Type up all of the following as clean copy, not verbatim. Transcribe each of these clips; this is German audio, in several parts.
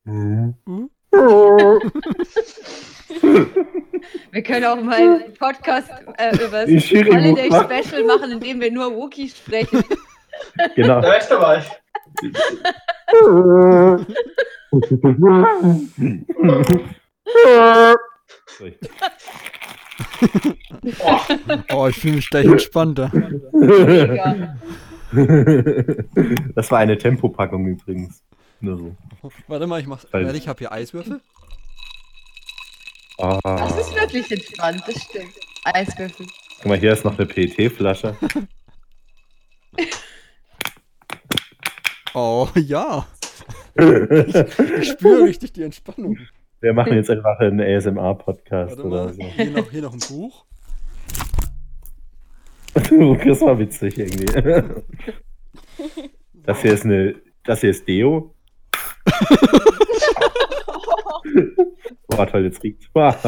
Wir können auch mal einen Podcast über das Holiday Special machen, in dem wir nur Wookie sprechen. Genau. Da ist dabei. Oh, ich fühle mich gleich entspannter. Mega. Das war eine Tempopackung übrigens. Nur so. Warte mal, ich mach's. Ich habe hier Eiswürfel. Oh. Das ist wirklich entspannt, das stimmt. Eiswürfel. Guck mal, hier ist noch eine PET-Flasche. Oh ja. Ich spüre richtig die Entspannung. Wir machen jetzt einfach einen ASMR-Podcast Warte mal, oder so. hier noch ein Buch. Das war witzig irgendwie. Das hier ist Deo. Boah, toll, jetzt riecht's. People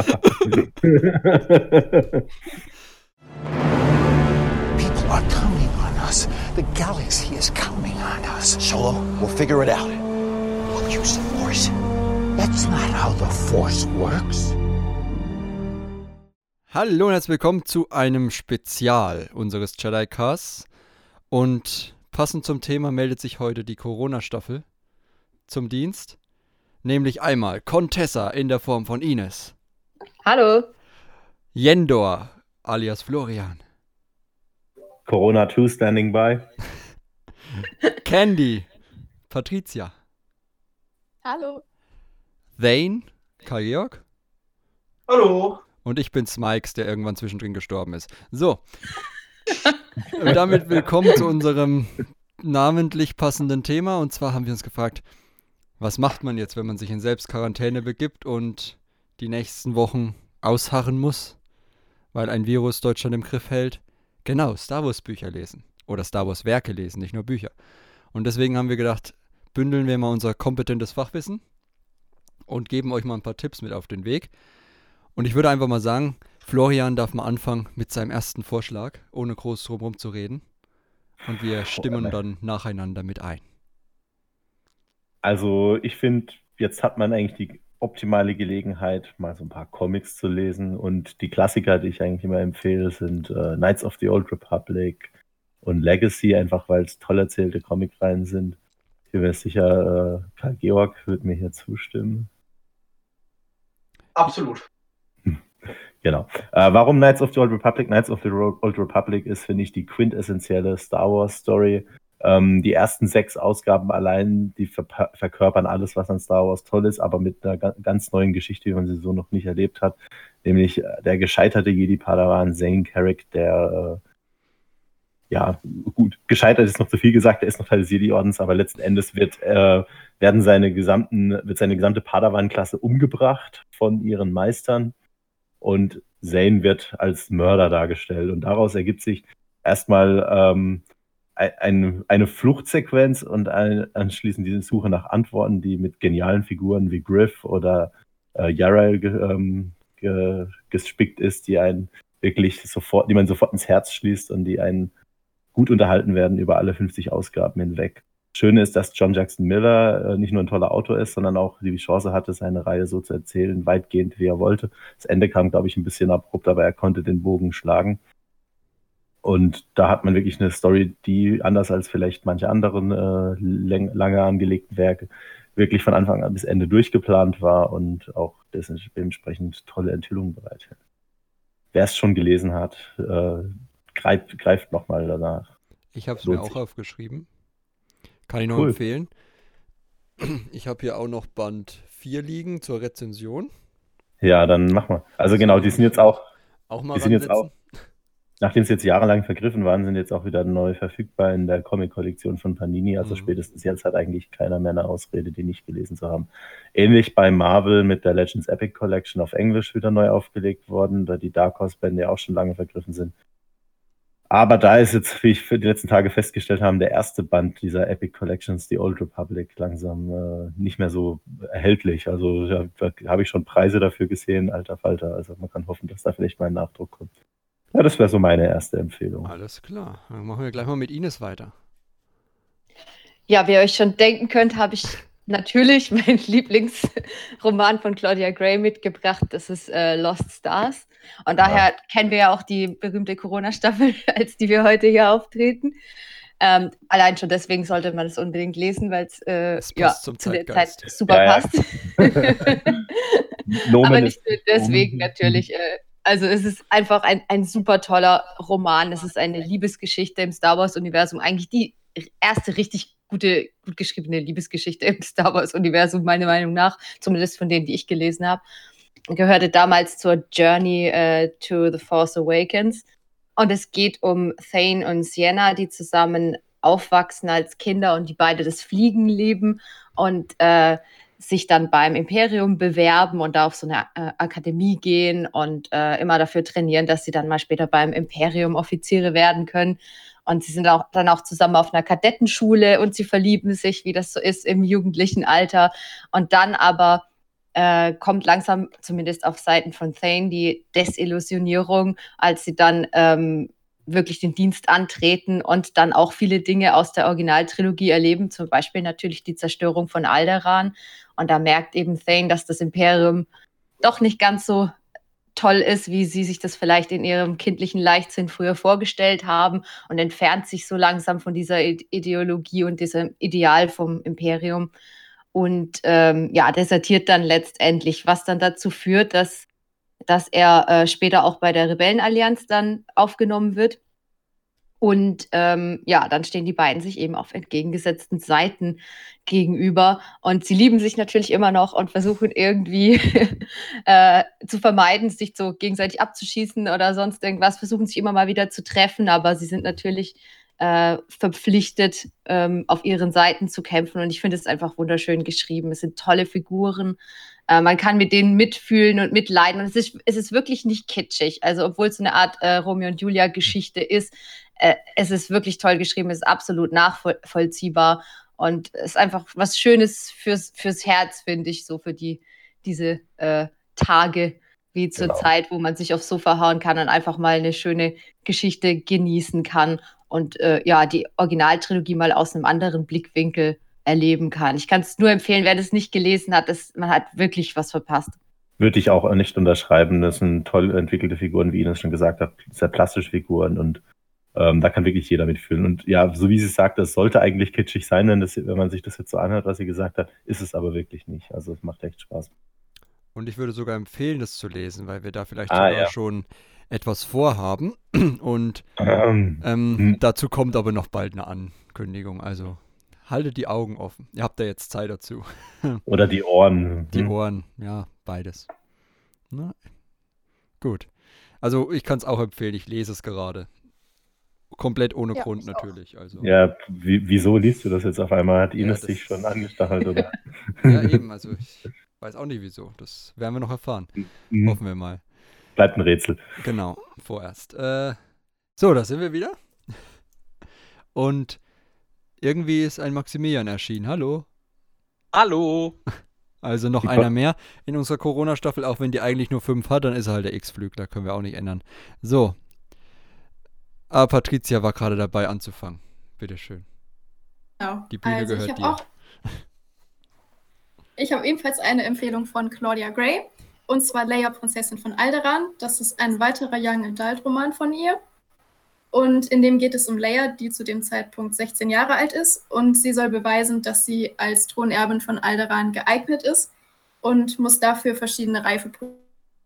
are counting on us. The galaxy is counting on us. Solo, we'll figure it out. We'll use the Force. That's not how the Force works. Hallo und herzlich willkommen zu einem Spezial unseres Jedi-Casts. Und passend zum Thema meldet sich heute die Corona-Staffel zum Dienst. Nämlich einmal Contessa in der Form von Ines. Hallo. Jendor alias Florian. Corona 2 standing by. Candy Patricia. Hallo. Thane Karl-Georg. Hallo. Und ich bin Smikes, der irgendwann zwischendrin gestorben ist. So. Und damit willkommen zu unserem namentlich passenden Thema. Und zwar haben wir uns gefragt, was macht man jetzt, wenn man sich in Selbstquarantäne begibt und die nächsten Wochen ausharren muss, weil ein Virus Deutschland im Griff hält? Genau, Star Wars Bücher lesen. Oder Star Wars Werke lesen, nicht nur Bücher. Und deswegen haben wir gedacht, bündeln wir mal unser kompetentes Fachwissen und geben euch mal ein paar Tipps mit auf den Weg. Und ich würde einfach mal sagen, Florian darf mal anfangen mit seinem ersten Vorschlag, ohne groß drumherum zu reden. Und wir stimmen dann nacheinander mit ein. Also ich finde, jetzt hat man eigentlich die optimale Gelegenheit, mal so ein paar Comics zu lesen. Und die Klassiker, die ich eigentlich immer empfehle, sind Knights of the Old Republic und Legacy, einfach weil es toll erzählte Comicreihen sind. Hier wäre sicher, Karl-Georg würde mir hier zustimmen. Absolut. Genau. Warum Knights of the Old Republic? Knights of the Old Republic ist, finde ich, die quintessentielle Star Wars Story. Die ersten 6 Ausgaben allein, die verkörpern alles, was an Star Wars toll ist, aber mit einer ganz neuen Geschichte, wie man sie so noch nicht erlebt hat. Nämlich der gescheiterte Jedi-Padawan Zane Carrick, der gut, gescheitert ist noch zu viel gesagt, der ist noch Teil des Jedi-Ordens, aber letzten Endes wird seine gesamte Padawan-Klasse umgebracht von ihren Meistern und Zane wird als Mörder dargestellt. Und daraus ergibt sich erstmal eine Fluchtsequenz und anschließend diese Suche nach Antworten, die mit genialen Figuren wie Griff oder Yarael gespickt ist, die man sofort ins Herz schließt und die einen gut unterhalten werden über alle 50 Ausgaben hinweg. Das Schöne ist, dass John Jackson Miller nicht nur ein toller Autor ist, sondern auch die Chance hatte, seine Reihe so zu erzählen, weitgehend wie er wollte. Das Ende kam, glaube ich, ein bisschen abrupt, aber er konnte den Bogen schlagen. Und da hat man wirklich eine Story, die anders als vielleicht manche anderen lange angelegten Werke wirklich von Anfang an bis Ende durchgeplant war und auch dementsprechend tolle Enthüllungen bereithält. Wer es schon gelesen hat, greift nochmal danach. Ich habe es mir auch aufgeschrieben. Kann ich nur empfehlen. Ich habe hier auch noch Band 4 liegen zur Rezension. Ja, dann mach mal. Also genau, die sind jetzt auch mal nachdem sie jetzt jahrelang vergriffen waren, sind jetzt auch wieder neu verfügbar in der Comic-Kollektion von Panini. Also spätestens jetzt hat eigentlich keiner mehr eine Ausrede, die nicht gelesen zu haben. Ähnlich bei Marvel mit der Legends Epic Collection auf Englisch wieder neu aufgelegt worden, da die Dark Horse-Bände ja auch schon lange vergriffen sind. Aber da ist jetzt, wie ich für die letzten Tage festgestellt habe, der erste Band dieser Epic Collections, die Old Republic, langsam nicht mehr so erhältlich. Also da habe ich schon Preise dafür gesehen, alter Falter. Also man kann hoffen, dass da vielleicht mal ein Nachdruck kommt. Ja, das wäre so meine erste Empfehlung. Alles klar. Dann machen wir gleich mal mit Ines weiter. Ja, wie ihr euch schon denken könnt, habe ich natürlich mein Lieblingsroman von Claudia Gray mitgebracht. Das ist Lost Stars. Und daher kennen wir ja auch die berühmte Corona-Staffel, als die wir heute hier auftreten. Allein schon deswegen sollte man es unbedingt lesen, weil es zu der Zeit super passt. Aber nicht nur deswegen natürlich. Also es ist einfach ein super toller Roman. Es ist eine Liebesgeschichte im Star Wars-Universum. Eigentlich die erste richtig gut geschriebene Liebesgeschichte im Star Wars-Universum, meiner Meinung nach. Zumindest von denen, die ich gelesen habe. Gehörte damals zur Journey to the Force Awakens. Und es geht um Thane und Sienna, die zusammen aufwachsen als Kinder und die beide das Fliegen lieben und sich dann beim Imperium bewerben und da auf so eine Akademie gehen und immer dafür trainieren, dass sie dann mal später beim Imperium Offiziere werden können. Und sie sind dann auch zusammen auf einer Kadettenschule und sie verlieben sich, wie das so ist im jugendlichen Alter. Und dann aber kommt langsam, zumindest auf Seiten von Thane, die Desillusionierung, als sie dann wirklich den Dienst antreten und dann auch viele Dinge aus der Originaltrilogie erleben, zum Beispiel natürlich die Zerstörung von Alderaan. Und da merkt eben Thane, dass das Imperium doch nicht ganz so toll ist, wie sie sich das vielleicht in ihrem kindlichen Leichtsinn früher vorgestellt haben und entfernt sich so langsam von dieser Ideologie und diesem Ideal vom Imperium. Und desertiert dann letztendlich, was dann dazu führt, dass er später auch bei der Rebellenallianz dann aufgenommen wird. Und dann stehen die beiden sich eben auf entgegengesetzten Seiten gegenüber. Und sie lieben sich natürlich immer noch und versuchen irgendwie zu vermeiden, sich so gegenseitig abzuschießen oder sonst irgendwas, versuchen sich immer mal wieder zu treffen, aber sie sind natürlich verpflichtet, auf ihren Seiten zu kämpfen. Und ich finde es einfach wunderschön geschrieben. Es sind tolle Figuren. Man kann mit denen mitfühlen und mitleiden. Und es ist wirklich nicht kitschig. Also obwohl es eine Art Romeo und Julia-Geschichte ist, es ist wirklich toll geschrieben. Es ist absolut nachvollziehbar. Und es ist einfach was Schönes fürs Herz, finde ich, so für diese Tage wie zur Zeit, wo man sich aufs Sofa hauen kann und einfach mal eine schöne Geschichte genießen kann und die Originaltrilogie mal aus einem anderen Blickwinkel erleben kann. Ich kann es nur empfehlen, wer das nicht gelesen hat, man hat wirklich was verpasst. Würde ich auch nicht unterschreiben. Das sind toll entwickelte Figuren, wie Ines schon gesagt hat, sehr plastische Figuren und da kann wirklich jeder mitfühlen. Und ja, so wie sie sagt, das sollte eigentlich kitschig sein, wenn man sich das jetzt so anhört, was sie gesagt hat, ist es aber wirklich nicht. Also es macht echt Spaß. Und ich würde sogar empfehlen, das zu lesen, weil wir da vielleicht schon etwas vorhaben. Und dazu kommt aber noch bald eine Ankündigung. Also haltet die Augen offen. Ihr habt da jetzt Zeit dazu. Oder die Ohren. Die Ohren, ja, beides. Na, gut. Also ich kann es auch empfehlen, ich lese es gerade. Komplett ohne Grund natürlich. Also. Ja, wieso liest du das jetzt auf einmal? Hat Ines dich schon angestachelt, oder? Ja, eben, also ich weiß auch nicht wieso. Das werden wir noch erfahren. Hoffen wir mal. Bleibt ein Rätsel. Genau, vorerst. So, da sind wir wieder. Und irgendwie ist ein Maximilian erschienen. Hallo. Hallo. Also noch einer mehr in unserer Corona-Staffel, auch wenn die eigentlich nur 5 hat, dann ist er halt der X-Flügler, können wir auch nicht ändern. So. Aber Patricia war gerade dabei anzufangen. Bitteschön. Genau. Die Bühne gehört dir. Ich habe ebenfalls eine Empfehlung von Claudia Gray, und zwar Leia, Prinzessin von Alderaan. Das ist ein weiterer Young Adult Roman von ihr. Und in dem geht es um Leia, die zu dem Zeitpunkt 16 Jahre alt ist. Und sie soll beweisen, dass sie als Thronerbin von Alderaan geeignet ist und muss dafür verschiedene Reifeprüfungen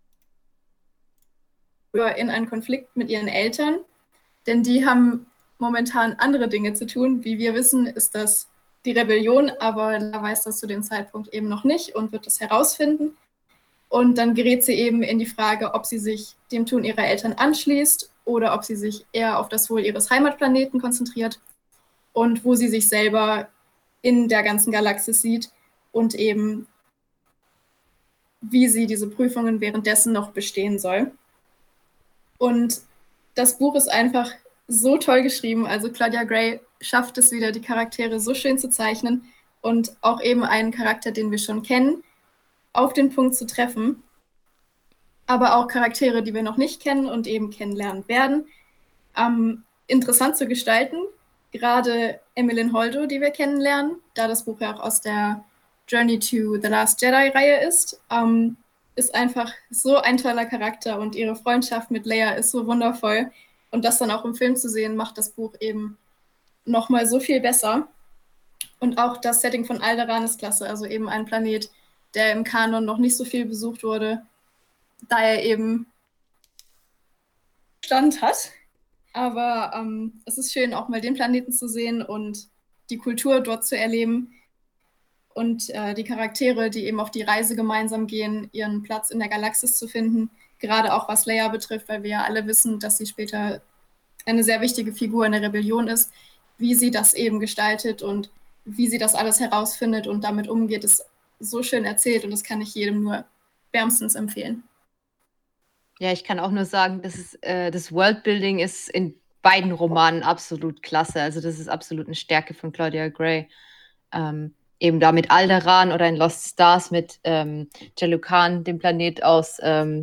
in einen Konflikt mit ihren Eltern. Denn die haben momentan andere Dinge zu tun. Wie wir wissen, ist das die Rebellion, aber Leia weiß das zu dem Zeitpunkt eben noch nicht und wird das herausfinden. Und dann gerät sie eben in die Frage, ob sie sich dem Tun ihrer Eltern anschließt oder ob sie sich eher auf das Wohl ihres Heimatplaneten konzentriert und wo sie sich selber in der ganzen Galaxis sieht und eben wie sie diese Prüfungen währenddessen noch bestehen soll. Und das Buch ist einfach so toll geschrieben. Also Claudia Gray schafft es wieder, die Charaktere so schön zu zeichnen und auch eben einen Charakter, den wir schon kennen, auf den Punkt zu treffen. Aber auch Charaktere, die wir noch nicht kennen und eben kennenlernen werden, interessant zu gestalten. Gerade Emmeline Holdo, die wir kennenlernen, da das Buch ja auch aus der Journey to the Last Jedi-Reihe ist. Ist einfach so ein toller Charakter und ihre Freundschaft mit Leia ist so wundervoll. Und das dann auch im Film zu sehen, macht das Buch eben nochmal so viel besser. Und auch das Setting von Alderaan ist klasse, also eben ein Planet, der im Kanon noch nicht so viel besucht wurde, da er eben Stand hat. Aber es ist schön, auch mal den Planeten zu sehen und die Kultur dort zu erleben und die Charaktere, die eben auf die Reise gemeinsam gehen, ihren Platz in der Galaxis zu finden, gerade auch was Leia betrifft, weil wir ja alle wissen, dass sie später eine sehr wichtige Figur in der Rebellion ist, wie sie das eben gestaltet und wie sie das alles herausfindet und damit umgeht, ist so schön erzählt und das kann ich jedem nur wärmstens empfehlen. Ja, ich kann auch nur sagen, das Worldbuilding ist in beiden Romanen absolut klasse. Also das ist absolut eine Stärke von Claudia Gray. Eben da mit Alderaan oder in Lost Stars mit Jellucan, dem Planet aus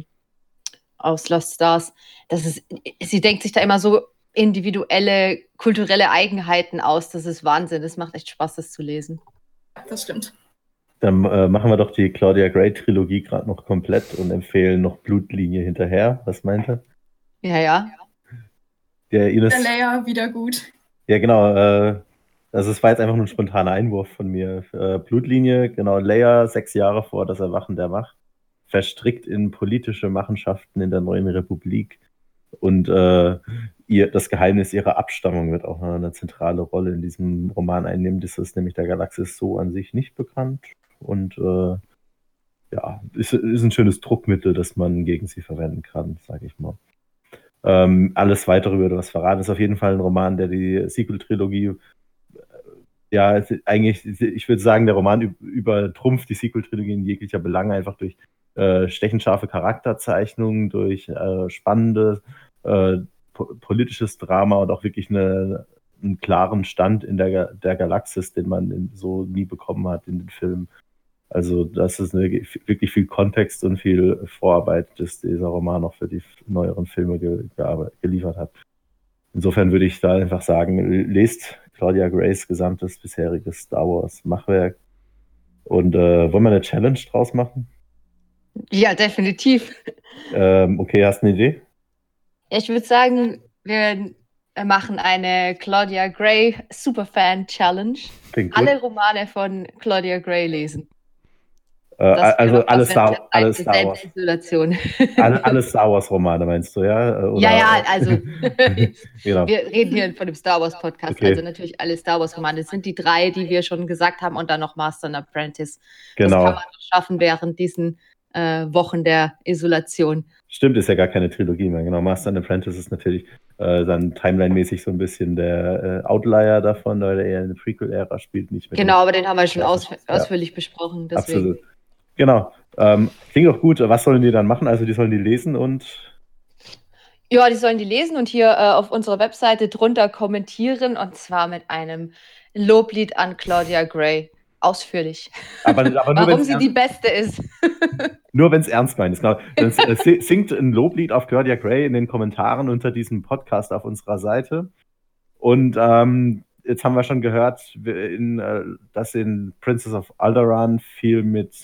Lost Stars. Sie denkt sich da immer so individuelle, kulturelle Eigenheiten aus. Das ist Wahnsinn. Das macht echt Spaß, das zu lesen. Das stimmt. Dann machen wir doch die Claudia Gray-Trilogie gerade noch komplett und empfehlen noch Blutlinie hinterher. Was meint ihr? Ja. Der Ines. Der Leia wieder gut. Ja, genau. Also es war jetzt einfach nur ein spontaner Einwurf von mir. Blutlinie, genau, Leia, 6 Jahre vor das Erwachen der Macht, verstrickt in politische Machenschaften in der neuen Republik. Und das Geheimnis ihrer Abstammung wird auch eine zentrale Rolle in diesem Roman einnehmen. Das ist nämlich der Galaxis so an sich nicht bekannt. Und ist ein schönes Druckmittel, das man gegen sie verwenden kann, sage ich mal. Alles weitere würde was verraten. Ist auf jeden Fall ein Roman, der die Sequel-Trilogie, eigentlich, ich würde sagen, der Roman übertrumpft die Sequel-Trilogie in jeglicher Belang, einfach durch stechenscharfe Charakterzeichnungen, durch spannende politisches Drama und auch wirklich einen klaren Stand in der Galaxis, den man so nie bekommen hat in den Filmen. Also das ist wirklich viel Kontext und viel Vorarbeit, das dieser Roman auch für die neueren Filme geliefert hat. Insofern würde ich da einfach sagen, lest Claudia Grays gesamtes bisheriges Star Wars Machwerk. Und wollen wir eine Challenge draus machen? Ja, definitiv. Okay, hast du eine Idee? Ich würde sagen, wir machen eine Claudia Gray Superfan Challenge. Alle Romane von Claudia Gray lesen. Also alle Star Wars. Isolation. Alle Star Wars Romane meinst du, ja? Oder? Ja, also genau. Wir reden hier von dem Star Wars Podcast, okay. Also natürlich alle Star Wars Romane. Das sind die 3, die wir schon gesagt haben und dann noch Master and Apprentice. Genau. Das kann man noch schaffen während diesen Wochen der Isolation. Stimmt, ist ja gar keine Trilogie mehr. Genau, Master and Apprentice ist natürlich dann timeline-mäßig so ein bisschen der Outlier davon, weil er eher in der Prequel-Ära spielt. Nicht mehr genau, aber den haben wir schon ausführlich besprochen. Deswegen. Absolut. Genau. Klingt doch gut. Was sollen die dann machen? Also die sollen die lesen und... Ja, die sollen die lesen und hier auf unserer Webseite drunter kommentieren und zwar mit einem Loblied an Claudia Gray. Ausführlich. Aber nur, warum sie die Beste ist. Nur wenn es ernst meint. Genau. Dann singt ein Loblied auf Claudia Gray in den Kommentaren unter diesem Podcast auf unserer Seite. Und jetzt haben wir schon gehört, dass in Princess of Alderaan viel mit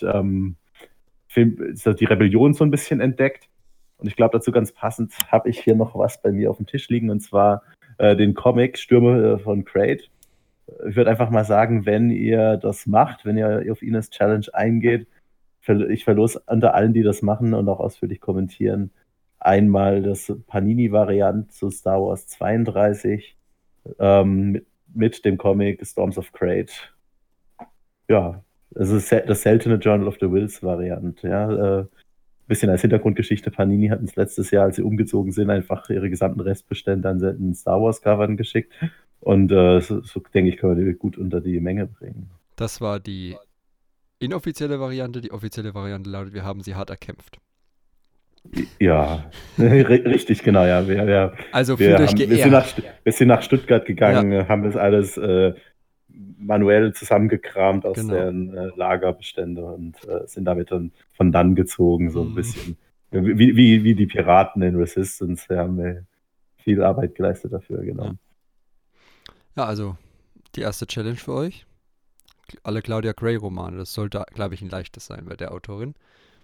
die Rebellion so ein bisschen entdeckt. Und ich glaube, dazu ganz passend habe ich hier noch was bei mir auf dem Tisch liegen, und zwar den Comic Stürme von Crate. Ich würde einfach mal sagen, wenn ihr das macht, wenn ihr auf Ines Challenge eingeht, ich verlose unter allen, die das machen und auch ausführlich kommentieren, einmal das Panini-Variant zu Star Wars 32 mit dem Comic Storms of Crate. Ja, das ist das seltene Journal of the Whills-Variant. Ja, bisschen als Hintergrundgeschichte, Panini hat uns letztes Jahr, als sie umgezogen sind, einfach ihre gesamten Restbestände an seltenen Star Wars-Covern geschickt. Und so denke ich, können wir die gut unter die Menge bringen. Das war die inoffizielle Variante. Die offizielle Variante lautet, wir haben sie hart erkämpft. Ja, richtig, genau, ja. Wir sind nach Stuttgart gegangen, haben das alles manuell zusammengekramt aus deren Lagerbestände und sind damit dann von dann gezogen, so ein bisschen. Wie die Piraten in Resistance, da haben wir viel Arbeit geleistet dafür, genau. Ja, also die erste Challenge für euch. alle Claudia Gray-Romane. Das sollte, glaube ich, ein leichtes sein bei der Autorin.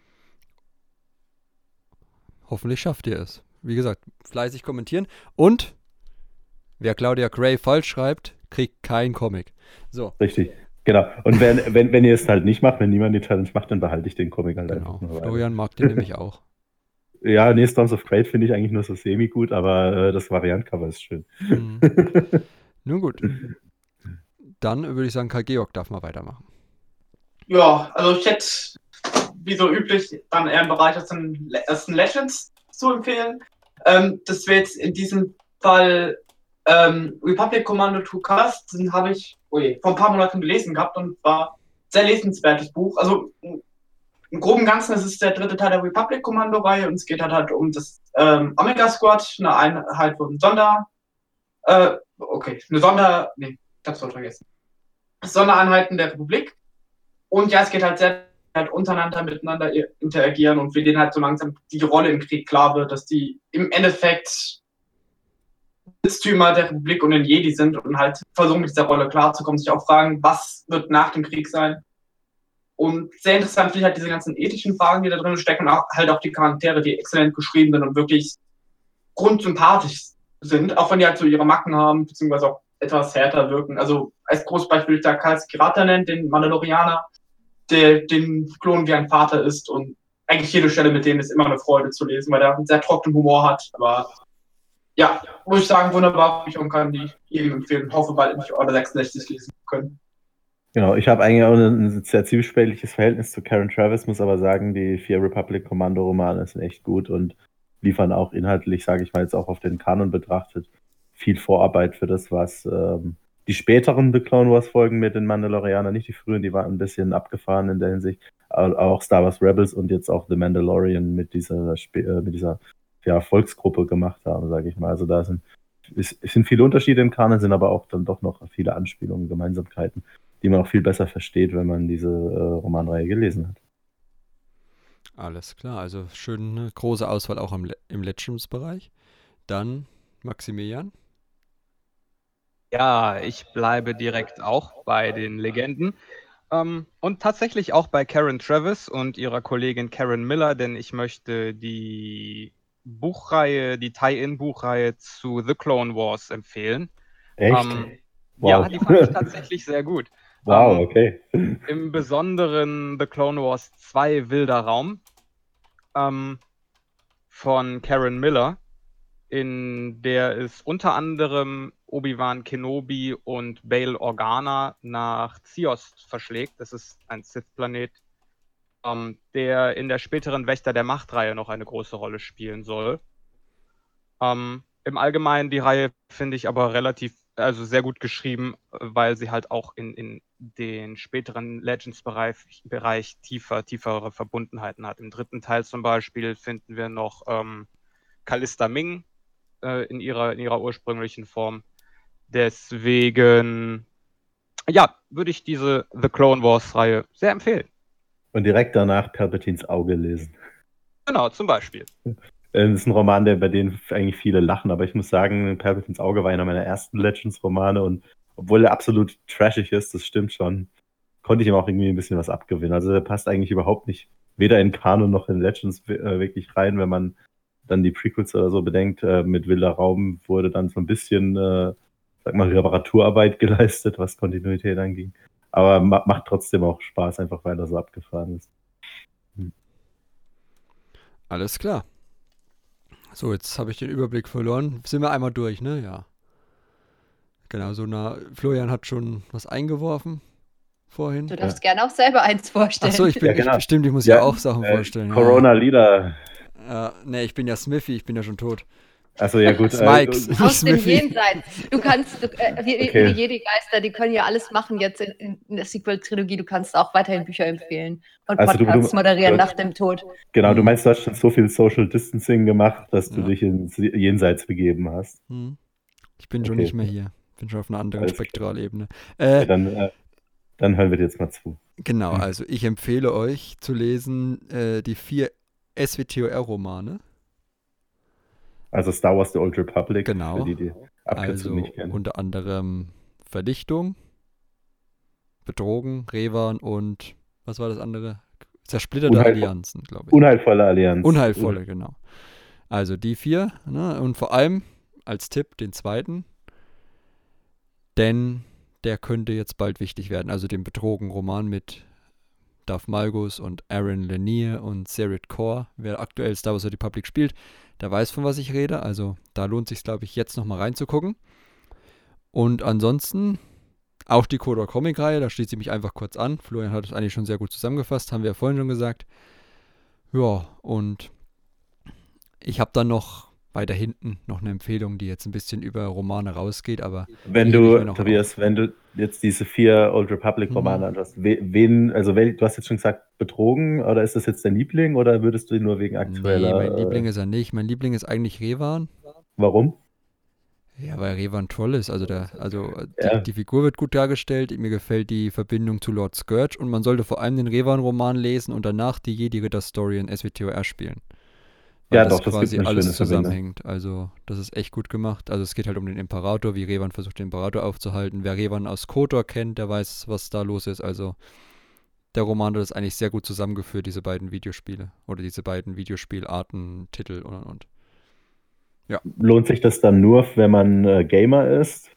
Hoffentlich schafft ihr es. Wie gesagt, fleißig kommentieren. Und wer Claudia Gray falsch schreibt, kriegt kein Comic. So. Richtig. Genau. Und wenn ihr es halt nicht macht, wenn niemand die Challenge macht, dann behalte ich den Comic halt Genau. einfach nur Florian mag den nämlich auch. Ja, nee, Storms of Great finde ich eigentlich nur so semi-gut, aber das Variant-Cover ist schön. Mhm. Nun gut. Dann würde ich sagen, Karl Georg darf mal weitermachen. Ja, also ich hätte, wie so üblich, dann eher im Bereich aus den Legends zu empfehlen. Das wäre jetzt in diesem Fall Republic Commando 2 Cast, den habe ich vor ein paar Monaten gelesen gehabt und war ein sehr lesenswertes Buch. Also im Groben und Ganzen ist es der dritte Teil der Republic Commando-Reihe und es geht halt um das Omega Squad, eine Einheit von Sondereinheiten der Republik. Und ja, es geht halt sehr untereinander miteinander interagieren und wir denen halt so langsam die Rolle im Krieg klar wird, dass die im Endeffekt Besitztümer der Republik und den Jedi sind und halt versuchen mit dieser Rolle klarzukommen, sich auch fragen, was wird nach dem Krieg sein. Und sehr interessant finde ich halt diese ganzen ethischen Fragen, die da drin stecken, und halt auch die Charaktere, die exzellent geschrieben sind und wirklich grundsympathisch sind, auch wenn die halt so ihre Macken haben, beziehungsweise auch etwas härter wirken. Also als großes Beispiel will ich da Kal Skirata nennen, den Mandalorianer, der den Klon wie ein Vater ist und eigentlich jede Stelle mit dem ist immer eine Freude zu lesen, weil der einen sehr trockenen Humor hat. Aber ja, muss ich sagen, wunderbar und kann die jedem empfehlen. Hoffe bald nicht Order 66 lesen können. Genau, ich habe eigentlich auch ein sehr zwiespältiges Verhältnis zu Karen Traviss, muss aber sagen, die 4 Republic Commando Romane sind echt gut und liefern auch inhaltlich, sage ich mal jetzt auch auf den Kanon betrachtet, viel Vorarbeit für das, was die späteren The Clone Wars Folgen mit den Mandalorianern, nicht die frühen, die waren ein bisschen abgefahren in der Hinsicht, auch Star Wars Rebels und jetzt auch The Mandalorian mit dieser Volksgruppe gemacht haben, sage ich mal. Also da sind viele Unterschiede im Kanon, sind aber auch dann doch noch viele Anspielungen, Gemeinsamkeiten, die man auch viel besser versteht, wenn man diese Romanreihe gelesen hat. Alles klar, also schön eine große Auswahl auch im Legends-Bereich. Dann Maximilian. Ja, ich bleibe direkt auch bei den Legenden. Und tatsächlich auch bei Karen Traviss und ihrer Kollegin Karen Miller, denn ich möchte die Buchreihe, die Tie-In-Buchreihe zu The Clone Wars empfehlen. Echt? Wow. Ja, die fand ich tatsächlich sehr gut. Wow, okay. Im Besonderen The Clone Wars 2 Wilder Raum von Karen Miller, in der es unter anderem Obi-Wan Kenobi und Bail Organa nach Ziost verschlägt. Das ist ein Sith-Planet, der in der späteren Wächter der Macht-Reihe noch eine große Rolle spielen soll. Im Allgemeinen die Reihe finde ich aber sehr gut geschrieben, weil sie halt auch in den späteren Legends-Bereich tiefere Verbundenheiten hat. Im dritten Teil zum Beispiel finden wir noch Callista Ming in ihrer ursprünglichen Form. Deswegen, ja, würde ich diese The Clone Wars-Reihe sehr empfehlen. Und direkt danach Palpatines Auge lesen. Genau, zum Beispiel. Das ist ein Roman, bei dem eigentlich viele lachen, aber ich muss sagen, Palpatines Auge war einer meiner ersten Legends-Romane und obwohl er absolut trashig ist, das stimmt schon, konnte ich ihm auch irgendwie ein bisschen was abgewinnen. Also der passt eigentlich überhaupt nicht, weder in Kanon noch in Legends wirklich rein, wenn man dann die Prequels oder so bedenkt. Mit Wilder Raum wurde dann so ein bisschen, Reparaturarbeit geleistet, was Kontinuität anging. Aber macht trotzdem auch Spaß, einfach weil er so abgefahren ist. Alles klar. So, jetzt habe ich den Überblick verloren. Sind wir einmal durch, ne? Ja. Genau, Florian hat schon was eingeworfen vorhin. Du darfst gerne auch selber eins vorstellen. Achso, ich muss ja auch Sachen vorstellen. Corona Leader. Nee, ich bin ja Smithy, ich bin ja schon tot. Achso, ja gut. Smikes. Aus dem Jenseits. Die Jedi-Geister, die können ja alles machen jetzt in der Sequel-Trilogie. Du kannst auch weiterhin Bücher empfehlen und Podcasts moderieren nach dem Tod. Genau, du meinst, du hast schon so viel Social Distancing gemacht, dass du dich ins Jenseits begeben hast. Ich bin schon nicht mehr hier. Ich bin schon auf einer anderen Spektralebene. Dann hören wir dir jetzt mal zu. Genau, also ich empfehle euch zu lesen die 4 SWTOR-Romane. Also Star Wars The Old Republic, genau. für die Abkürzung nicht kennen. Unter anderem Verdichtung, Betrogen, Revan und was war das andere? Zersplitterte Allianzen, glaube ich. Unheilvolle Allianz. Unheilvolle, genau. Also die 4, ne? Und vor allem als Tipp den zweiten, denn der könnte jetzt bald wichtig werden. Also den Betrogen-Roman mit Darth Malgus und Aaron Lanier und Serrit Kor. Wer aktuell Star Wars: The Republic spielt, der weiß, von was ich rede. Also da lohnt es sich, glaube ich, jetzt nochmal reinzugucken. Und ansonsten auch die KOTOR Comic-Reihe, da schließe ich mich einfach kurz an. Florian hat es eigentlich schon sehr gut zusammengefasst, haben wir ja vorhin schon gesagt. Ja, und ich habe dann noch weiter hinten noch eine Empfehlung, die jetzt ein bisschen über Romane rausgeht, aber wenn du jetzt diese 4 Old Republic Romane anschaust, du hast jetzt schon gesagt, Betrogen, oder ist das jetzt dein Liebling, oder würdest du ihn nur wegen aktueller... Nee, mein Liebling ist er nicht. Mein Liebling ist eigentlich Revan. Warum? Ja, weil Revan toll ist. Die Figur wird gut dargestellt. Mir gefällt die Verbindung zu Lord Scourge und man sollte vor allem den Revan-Roman lesen und danach die Jedi-Ritter-Story in SWTOR spielen. Weil das quasi alles zusammenhängt. Also, das ist echt gut gemacht. Also, es geht halt um den Imperator, wie Revan versucht, den Imperator aufzuhalten. Wer Revan aus KOTOR kennt, der weiß, was da los ist. Also, der Roman hat das eigentlich sehr gut zusammengeführt, diese beiden Videospiele. Oder diese beiden Videospielarten, Titel und. Ja. Lohnt sich das dann nur, wenn man Gamer ist?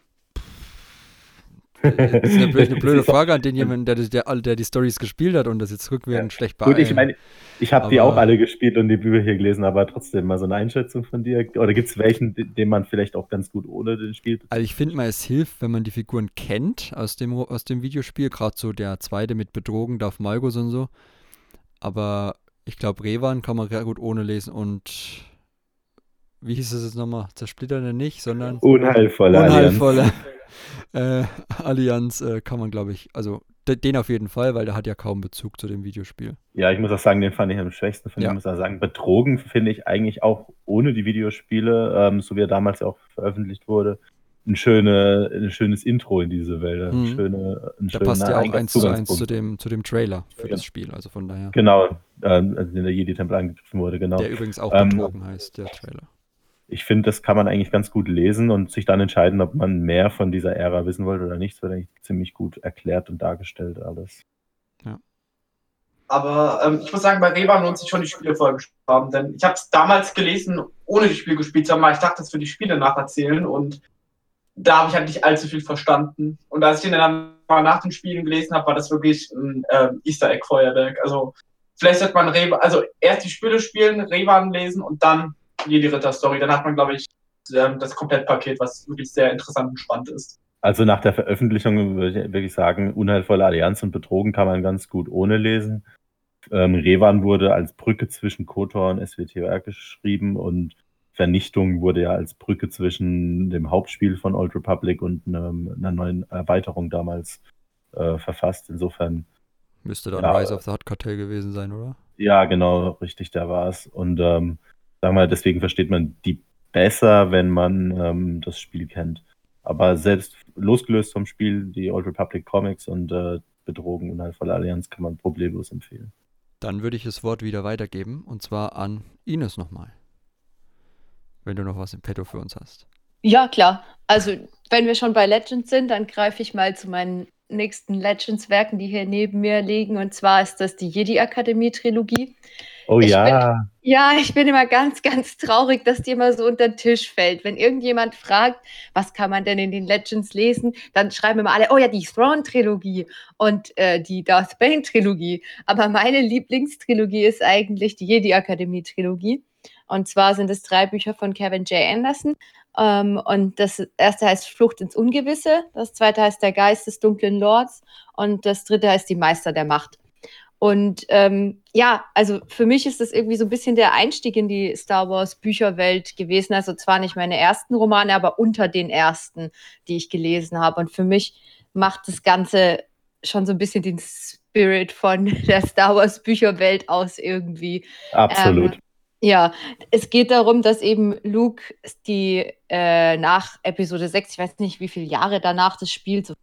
Das ist eine blöde Frage an den jemanden, der die Storys gespielt hat und das jetzt rückwirkend schlecht beeilen. Gut, ich meine, ich habe die auch alle gespielt und die Bücher hier gelesen, aber trotzdem mal so eine Einschätzung von dir. Oder gibt es welchen, den man vielleicht auch ganz gut ohne den spielt? Also ich finde mal, es hilft, wenn man die Figuren kennt aus dem Videospiel, gerade so der zweite mit Betrogen, Darth Malgus und so. Aber ich glaube, Revan kann man sehr gut ohne lesen und wie hieß es jetzt nochmal? Zersplitterte nicht, sondern Unheilvolle Allianz kann man, glaube ich, also den auf jeden Fall, weil der hat ja kaum Bezug zu dem Videospiel. Ja, ich muss auch sagen, den fand ich am schwächsten von dem, muss ich sagen. Betrogen finde ich eigentlich auch ohne die Videospiele, so wie er damals ja auch veröffentlicht wurde, ein schönes Intro in diese Welt. Da passt ja auch 1:1 zu dem Trailer für das Spiel, also von daher. Genau, in der Jedi-Tempel angegriffen wurde, genau. Der übrigens auch Betrogen heißt, der Trailer. Ich finde, das kann man eigentlich ganz gut lesen und sich dann entscheiden, ob man mehr von dieser Ära wissen wollte oder nicht. Das wird eigentlich ziemlich gut erklärt und dargestellt alles. Ja. Aber ich muss sagen, bei Revan lohnt sich schon die Spielefolgen gespielt haben, denn ich habe es damals gelesen, ohne die Spiele gespielt zu haben, weil ich dachte, das würde die Spiele nacherzählen und da habe ich halt nicht allzu viel verstanden. Und als ich den dann mal nach den Spielen gelesen habe, war das wirklich ein Easter Egg Feuerwerk. Also vielleicht sollte man erst die Spiele spielen, Revan lesen und dann die Ritter-Story. Dann hat man, glaube ich, das Komplettpaket, was wirklich sehr interessant und spannend ist. Also nach der Veröffentlichung würde ich wirklich sagen, Unheilvolle Allianz und Betrogen kann man ganz gut ohne lesen. Revan wurde als Brücke zwischen KOTOR und SWTOR geschrieben und Vernichtung wurde ja als Brücke zwischen dem Hauptspiel von Old Republic und einer neuen Erweiterung damals verfasst. Insofern müsste dann Rise of the Hutt Cartel gewesen sein, oder? Ja, genau, richtig, da war es. Und sagen wir mal, deswegen versteht man die besser, wenn man das Spiel kennt. Aber selbst losgelöst vom Spiel, die Old Republic Comics und Betrogen Unheilvolle Allianz kann man problemlos empfehlen. Dann würde ich das Wort wieder weitergeben, und zwar an Ines nochmal. Wenn du noch was im Petto für uns hast. Ja, klar. Also, wenn wir schon bei Legends sind, dann greife ich mal zu meinen nächsten Legends-Werken, die hier neben mir liegen. Und zwar ist das die Jedi-Akademie-Trilogie. Oh ja. Ich bin immer ganz, ganz traurig, dass die immer so unter den Tisch fällt. Wenn irgendjemand fragt, was kann man denn in den Legends lesen, dann schreiben immer alle, oh ja, die Thrawn-Trilogie und die Darth Bane-Trilogie. Aber meine Lieblingstrilogie ist eigentlich die Jedi-Akademie-Trilogie. Und zwar sind es 3 Bücher von Kevin J. Anderson. Und das erste heißt Flucht ins Ungewisse, das zweite heißt Der Geist des dunklen Lords und das dritte heißt Die Meister der Macht. Und also für mich ist das irgendwie so ein bisschen der Einstieg in die Star Wars Bücherwelt gewesen. Also zwar nicht meine ersten Romane, aber unter den ersten, die ich gelesen habe. Und für mich macht das Ganze schon so ein bisschen den Spirit von der Star Wars Bücherwelt aus irgendwie. Absolut. Es geht darum, dass eben Luke die nach Episode 6, ich weiß nicht, wie viele Jahre danach das spielt, so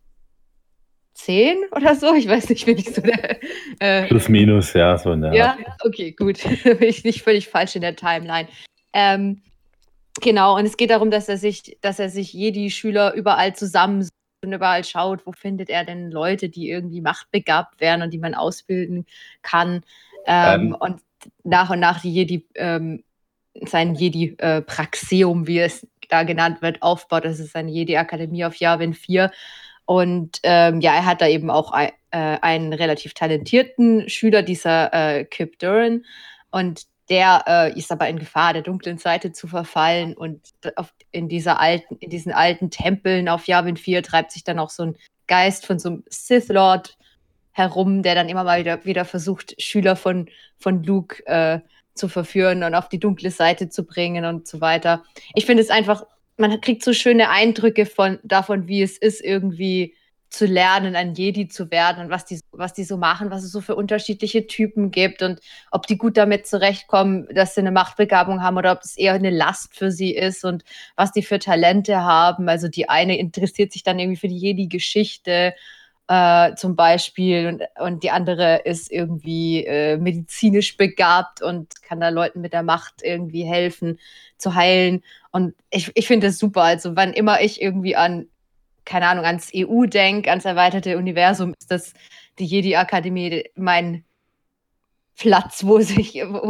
10 oder so, ich weiß nicht, bin ich so der... Plus, minus, ja, so in der Ja, okay, gut, da bin ich nicht völlig falsch in der Timeline. Genau, und es geht darum, dass er sich Jedi-Schüler überall zusammensucht und überall schaut, wo findet er denn Leute, die irgendwie machtbegabt wären und die man ausbilden kann. Und nach die Jedi, sein Jedi-Praxeum, wie es da genannt wird, aufbaut. Das ist eine Jedi-Akademie auf Yavin 4. Und er hat da eben auch einen relativ talentierten Schüler, dieser Kyp Durran. Und der ist aber in Gefahr, der dunklen Seite zu verfallen. Und in diesen alten Tempeln auf Yavin 4 treibt sich dann auch so ein Geist von so einem Sith Lord herum, der dann immer mal wieder versucht, Schüler von Luke zu verführen und auf die dunkle Seite zu bringen und so weiter. Ich finde es einfach, man kriegt so schöne Eindrücke davon, wie es ist, irgendwie zu lernen, ein Jedi zu werden und was die so machen, was es so für unterschiedliche Typen gibt und ob die gut damit zurechtkommen, dass sie eine Machtbegabung haben oder ob es eher eine Last für sie ist und was die für Talente haben. Also die eine interessiert sich dann irgendwie für die Jedi-Geschichte zum Beispiel und die andere ist irgendwie medizinisch begabt und kann da Leuten mit der Macht irgendwie helfen, zu heilen. Und ich finde das super. Also wann immer ich irgendwie keine Ahnung, ans EU denke, ans erweiterte Universum, ist das die Jedi-Akademie mein Platz, wo ich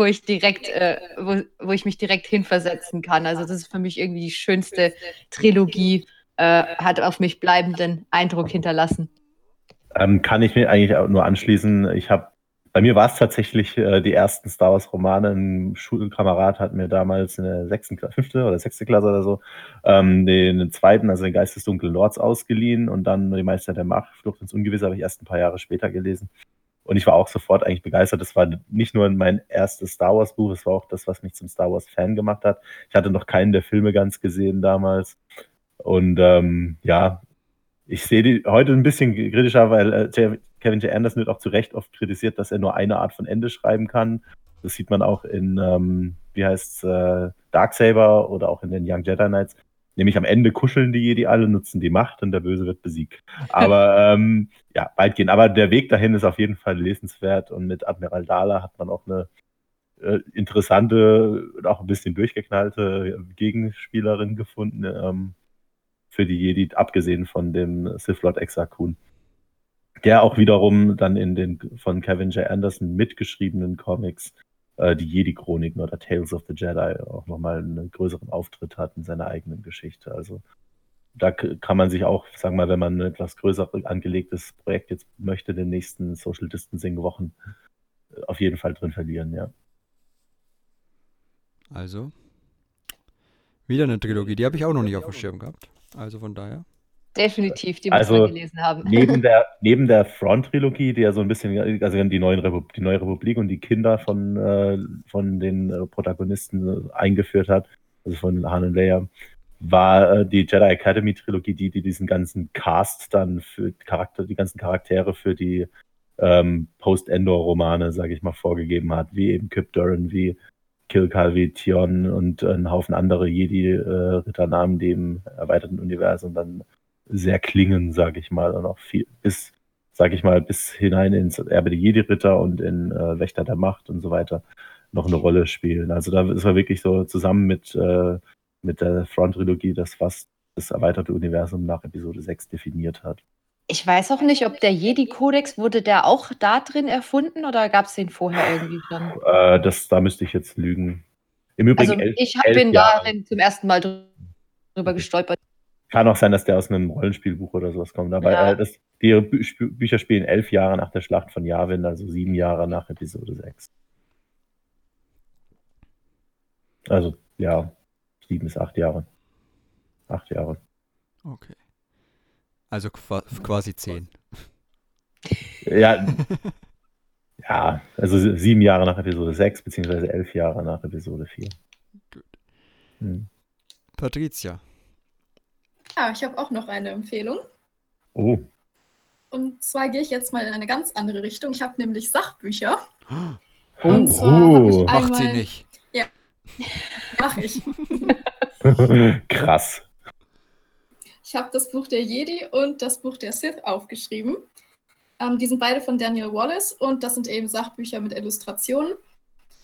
mich direkt hinversetzen kann. Also das ist für mich irgendwie die schönste Trilogie, hat auf mich bleibenden Eindruck hinterlassen. Kann ich mir eigentlich auch nur anschließen. Bei mir war es tatsächlich die ersten Star Wars Romane. Ein Schulkamerad hat mir damals in der 5. oder 6. Klasse oder so den zweiten, also den Geist des dunklen Lords, ausgeliehen und dann die Meister der Macht, Flucht ins Ungewisse, habe ich erst ein paar Jahre später gelesen. Und ich war auch sofort eigentlich begeistert. Das war nicht nur mein erstes Star Wars Buch, es war auch das, was mich zum Star Wars Fan gemacht hat. Ich hatte noch keinen der Filme ganz gesehen damals. Und ich sehe die heute ein bisschen kritischer, weil Kevin J. Anderson wird auch zu Recht oft kritisiert, dass er nur eine Art von Ende schreiben kann. Das sieht man auch in, Darksaber oder auch in den Young Jedi Knights. Nämlich am Ende kuscheln die Jedi alle, nutzen die Macht und der Böse wird besiegt. Aber weitgehend. Aber der Weg dahin ist auf jeden Fall lesenswert und mit Admiral Daala hat man auch eine interessante und auch ein bisschen durchgeknallte Gegenspielerin gefunden. Für die Jedi, abgesehen von dem Sith Lord Exar Kun, der auch wiederum dann in den von Kevin J. Anderson mitgeschriebenen Comics die Jedi-Chroniken oder Tales of the Jedi auch nochmal einen größeren Auftritt hat in seiner eigenen Geschichte. Also da kann man sich auch, sagen wir mal, wenn man ein etwas größer angelegtes Projekt jetzt möchte, den nächsten Social Distancing Wochen auf jeden Fall drin verlieren, ja. Also, wieder eine Trilogie, die habe ich auch noch nicht auf dem Schirm gehabt. Also von daher. Definitiv, die muss man gelesen haben. Neben der Front-Trilogie, die ja so ein bisschen, also die neue Republik und die Kinder von den Protagonisten eingeführt hat, also von Han und Leia, war die Jedi Academy-Trilogie die diesen ganzen Cast dann die ganzen Charaktere für die Post-Endor-Romane, sage ich mal, vorgegeben hat, wie eben Kyp Durran, wie Kilkal, wie Tion und ein Haufen andere Jedi-Ritternamen, die im erweiterten Universum dann sehr klingen, sage ich mal, und auch viel bis hinein ins Erbe der Jedi-Ritter und in Wächter der Macht und so weiter noch eine Rolle spielen. Also da ist er wirklich so zusammen mit der Front-Trilogie das, was das erweiterte Universum nach Episode 6 definiert hat. Ich weiß auch nicht, ob der Jedi-Kodex, wurde der auch da drin erfunden oder gab es den vorher irgendwie schon? Da müsste ich jetzt lügen. Im Übrigen also ich bin darin zum ersten Mal drüber gestolpert. Kann auch sein, dass der aus einem Rollenspielbuch oder sowas kommt. Aber die Bücher spielen 11 Jahre nach der Schlacht von Yavin, also 7 Jahre nach Episode 6. Also, 7 bis 8 Jahre. 8 Jahre. Okay. Also quasi 10. Ja, also 7 Jahre nach Episode 6, beziehungsweise 11 Jahre nach Episode 4. Gut. Patricia. Ja, ich habe auch noch eine Empfehlung. Oh. Und zwar gehe ich jetzt mal in eine ganz andere Richtung. Ich habe nämlich Sachbücher. Und zwar macht sie nicht. Ja, mache ich. Krass. Ich habe das Buch der Jedi und das Buch der Sith aufgeschrieben. Die sind beide von Daniel Wallace und das sind eben Sachbücher mit Illustrationen.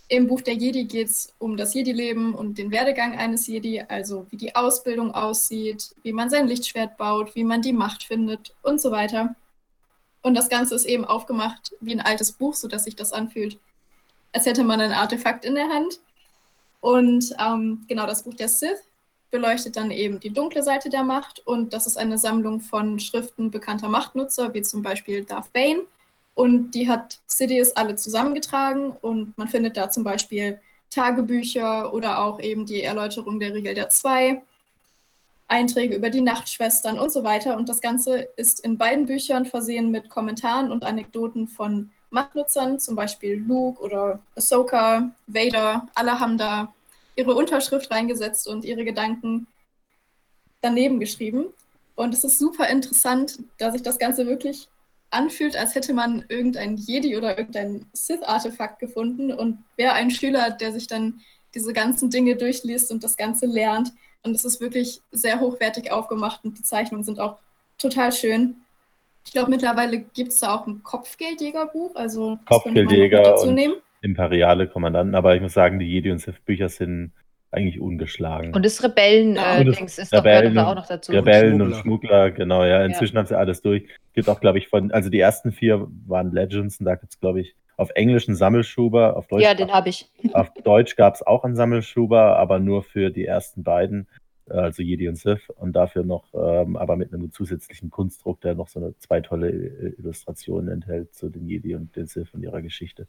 Im Buch der Jedi geht es um das Jedi-Leben und den Werdegang eines Jedi, also wie die Ausbildung aussieht, wie man sein Lichtschwert baut, wie man die Macht findet und so weiter. Und das Ganze ist eben aufgemacht wie ein altes Buch, sodass sich das anfühlt, als hätte man ein Artefakt in der Hand. Und genau, das Buch der Sith beleuchtet dann eben die dunkle Seite der Macht. Und das ist eine Sammlung von Schriften bekannter Machtnutzer, wie zum Beispiel Darth Bane. Und die hat Sidious alle zusammengetragen. Und man findet da zum Beispiel Tagebücher oder auch eben die Erläuterung der Regel der Zwei, Einträge über die Nachtschwestern und so weiter. Und das Ganze ist in beiden Büchern versehen mit Kommentaren und Anekdoten von Machtnutzern, zum Beispiel Luke oder Ahsoka, Vader. Alle haben da ihre Unterschrift reingesetzt und ihre Gedanken daneben geschrieben. Und es ist super interessant, dass sich das Ganze wirklich anfühlt, als hätte man irgendein Jedi oder irgendein Sith-Artefakt gefunden und wäre ein Schüler, der sich dann diese ganzen Dinge durchliest und das Ganze lernt. Und es ist wirklich sehr hochwertig aufgemacht und die Zeichnungen sind auch total schön. Ich glaube, mittlerweile gibt es da auch ein Kopfgeldjägerbuch, also das könnte man noch mit Kopfgeldjäger dazu und nehmen. imperiale Kommandanten, aber ich muss sagen, die Jedi- und Sith-Bücher sind eigentlich ungeschlagen. Und das Rebellen-Dings ist doch gehört da auch noch dazu. Rebellen und Schmuggler. Schmuggler, genau, ja. Inzwischen haben sie alles durch. Gibt auch, glaube ich, also die ersten 4 waren Legends und da gibt es, glaube ich, auf Englisch einen Sammelschuber, auf Deutsch, Ja, den habe ich. auf Deutsch gab es auch einen Sammelschuber, aber nur für die ersten beiden, also Jedi und Sith, und dafür noch, aber mit einem zusätzlichen Kunstdruck, der noch so 2 tolle Illustrationen enthält zu den Jedi und den Sith und ihrer Geschichte.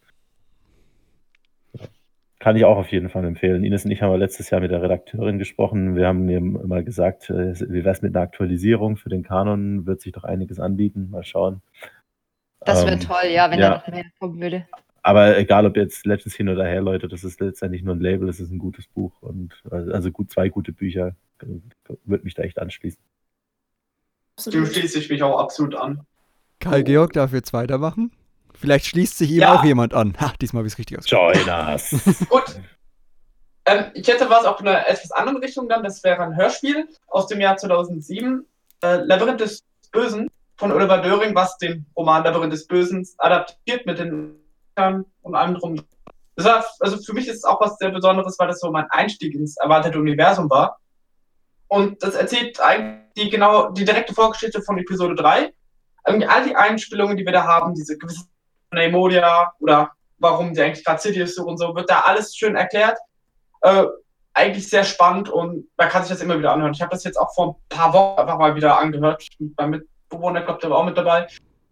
Kann ich auch auf jeden Fall empfehlen. Ines und ich haben letztes Jahr mit der Redakteurin gesprochen. Wir haben ihr immer gesagt, wie wäre es mit einer Aktualisierung für den Kanon? Wird sich doch einiges anbieten. Mal schauen. Das wäre toll, ja, wenn ja. da noch mehr kommen würde. Aber egal, ob jetzt Legends hin oder her, Leute, das ist letztendlich nur ein Label, das ist ein gutes Buch. Und also 2 gute Bücher. Würde mich da echt anschließen. Dem schließe ich mich auch absolut an. Karl-Georg darf jetzt weitermachen. Vielleicht schließt sich ihm Ja. auch jemand an. Ha, diesmal habe ich es richtig ausgesprochen. Join us! Gut. Ich hätte was auch in einer etwas anderen Richtung dann. Das wäre ein Hörspiel aus dem Jahr 2007. Labyrinth des Bösen von Oliver Döring, was den Roman Labyrinth des Bösen adaptiert mit den und allem drum. Das war, also für mich ist es auch was sehr Besonderes, weil das so mein Einstieg ins erwartete Universum war. Und das erzählt eigentlich die direkte Vorgeschichte von Episode 3. Irgendwie all die Einspielungen, die wir da haben, diese gewisse Neimodia oder warum die eigentlich gerade Sidious suchen und so, wird da alles schön erklärt. Eigentlich sehr spannend und man kann sich das immer wieder anhören. Ich habe das jetzt auch vor ein paar Wochen einfach mal wieder angehört. Mein Mitbewohner, ich glaube, der war auch mit dabei.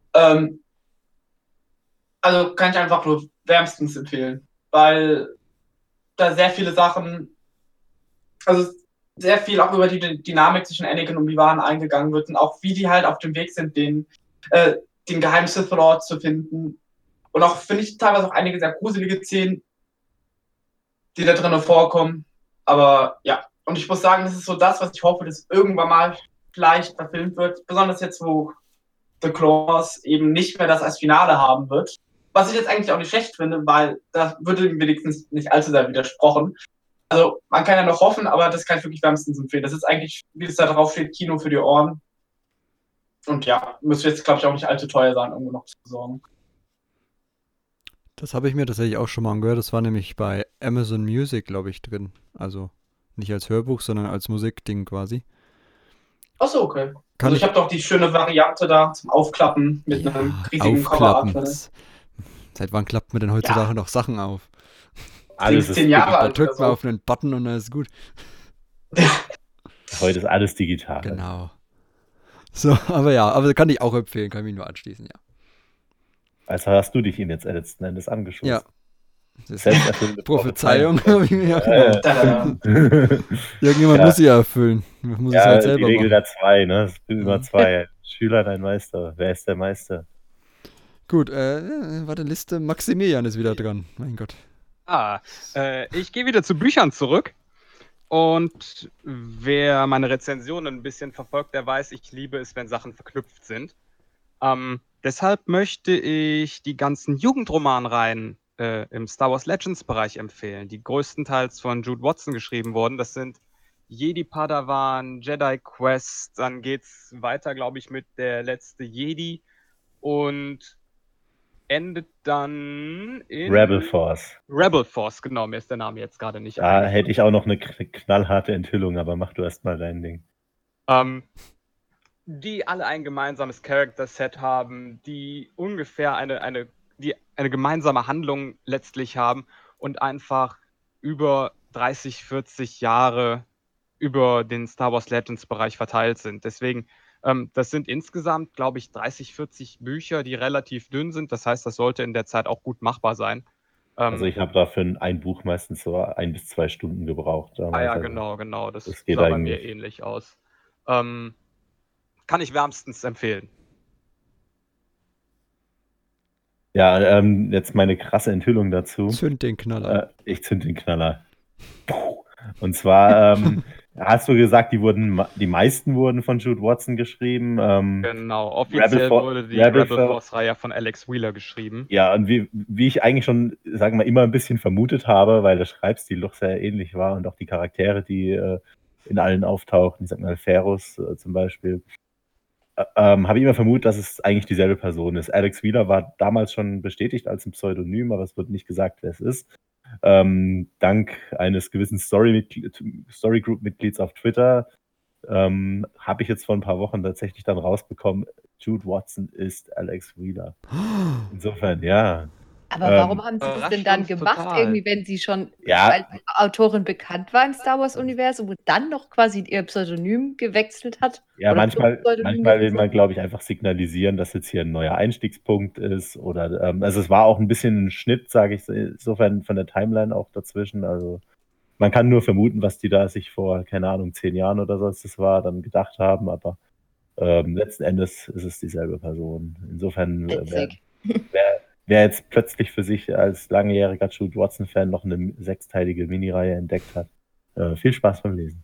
Also kann ich einfach nur wärmstens empfehlen, weil da sehr viele Sachen, also sehr viel auch über die Dynamik zwischen Anakin und Obi-Wan eingegangen wird und auch wie die halt auf dem Weg sind, den geheimen Sith Lord zu finden. Und auch, finde ich, teilweise auch einige sehr gruselige Szenen, die da drin vorkommen. Aber ja, und ich muss sagen, das ist so das, was ich hoffe, dass irgendwann mal vielleicht verfilmt wird. Besonders jetzt, wo The Claws eben nicht mehr das als Finale haben wird. Was ich jetzt eigentlich auch nicht schlecht finde, weil da würde ihm wenigstens nicht allzu sehr widersprochen. Also man kann ja noch hoffen, aber das kann ich wirklich wärmstens empfehlen. Das ist eigentlich, wie es da drauf steht, Kino für die Ohren. Und ja, müsste jetzt, glaube ich, auch nicht allzu teuer sein, irgendwo noch zu besorgen. Das habe ich mir tatsächlich auch schon mal angehört. Das war nämlich bei Amazon Music, glaube ich, drin. Also nicht als Hörbuch, sondern als Musikding quasi. Achso, okay. Also ich habe doch die schöne Variante da zum Aufklappen mit einem riesigen Aufklappen. Cover. Seit wann klappt man denn heutzutage noch Sachen auf? Alles ist 10 Jahre Da alt. drückt man auf einen Button und dann ist gut. Heute ist alles digital. Genau. So, aber kann ich auch empfehlen, kann mich nur anschließen, ja. Also hast du dich ihm jetzt letzten Endes angeschossen. Ja. Das ist Selbsterfüllende Prophezeiung. habe ich mir Irgendjemand Ja. muss sie ja erfüllen. Man muss es Ja, halt die selber Regel machen. der 2, ne? Es sind immer 2. Schüler, dein Meister. Wer ist der Meister? Gut, warte, Liste. Maximilian ist wieder dran. Mein Gott. Ich gehe wieder zu Büchern zurück. Und wer meine Rezensionen ein bisschen verfolgt, der weiß, ich liebe es, wenn Sachen verknüpft sind. Deshalb möchte ich die ganzen Jugendromanreihen im Star Wars Legends Bereich empfehlen, die größtenteils von Jude Watson geschrieben wurden. Das sind Jedi Padawan, Jedi Quest, dann geht's weiter, glaube ich, mit der letzte Jedi und endet dann in Rebel Force. Rebel Force, genau, mir ist der Name jetzt gerade nicht Da hätte ich auch noch eine knallharte Enthüllung, aber mach du erst mal dein Ding. Die alle ein gemeinsames Character-Set haben, die ungefähr eine gemeinsame Handlung letztlich haben und einfach über 30, 40 Jahre über den Star Wars Legends-Bereich verteilt sind. Deswegen, das sind insgesamt, glaube ich, 30, 40 Bücher, die relativ dünn sind. Das heißt, das sollte in der Zeit auch gut machbar sein. Also ich habe dafür ein Buch meistens so 1 bis 2 Stunden gebraucht. Ja, Also genau. Das geht sah bei eigentlich. mir ähnlich aus. Kann ich wärmstens empfehlen. Ja, jetzt meine krasse Enthüllung dazu. Zünd den Knaller. Ich zünd den Knaller. Puh. Und zwar hast du gesagt, die meisten wurden von Jude Watson geschrieben. Genau, offiziell wurde die Rebel Force-Reihe von Alex Wheeler geschrieben. Ja, und wie ich eigentlich schon, sagen wir mal, immer ein bisschen vermutet habe, weil der Schreibstil doch sehr ähnlich war und auch die Charaktere, die in allen auftauchten, ich sag mal Ferus zum Beispiel, habe ich immer vermutet, dass es eigentlich dieselbe Person ist. Alex Wheeler war damals schon bestätigt als ein Pseudonym, aber es wird nicht gesagt, wer es ist. Dank eines gewissen Story Group Mitglieds auf Twitter habe ich jetzt vor ein paar Wochen tatsächlich dann rausbekommen, Jude Watson ist Alex Wheeler. Insofern, ja. Aber warum haben sie das denn dann gemacht, total. irgendwie, wenn sie schon als Autorin bekannt war im Star Wars-Universum und dann noch quasi ihr Pseudonym gewechselt hat? Ja, Oder manchmal Pseudonym will gewechselt? man, glaube ich, einfach signalisieren, dass jetzt hier ein neuer Einstiegspunkt ist. Oder also es war auch ein bisschen ein Schnitt, sage ich, insofern von der Timeline auch dazwischen. Also man kann nur vermuten, was die da sich vor, keine Ahnung, 10 Jahren oder so, das war, dann gedacht haben, aber letzten Endes ist es dieselbe Person. Insofern, wer jetzt plötzlich für sich als langjähriger Jude Watson-Fan noch eine 6-teilige Minireihe entdeckt hat, viel Spaß beim Lesen.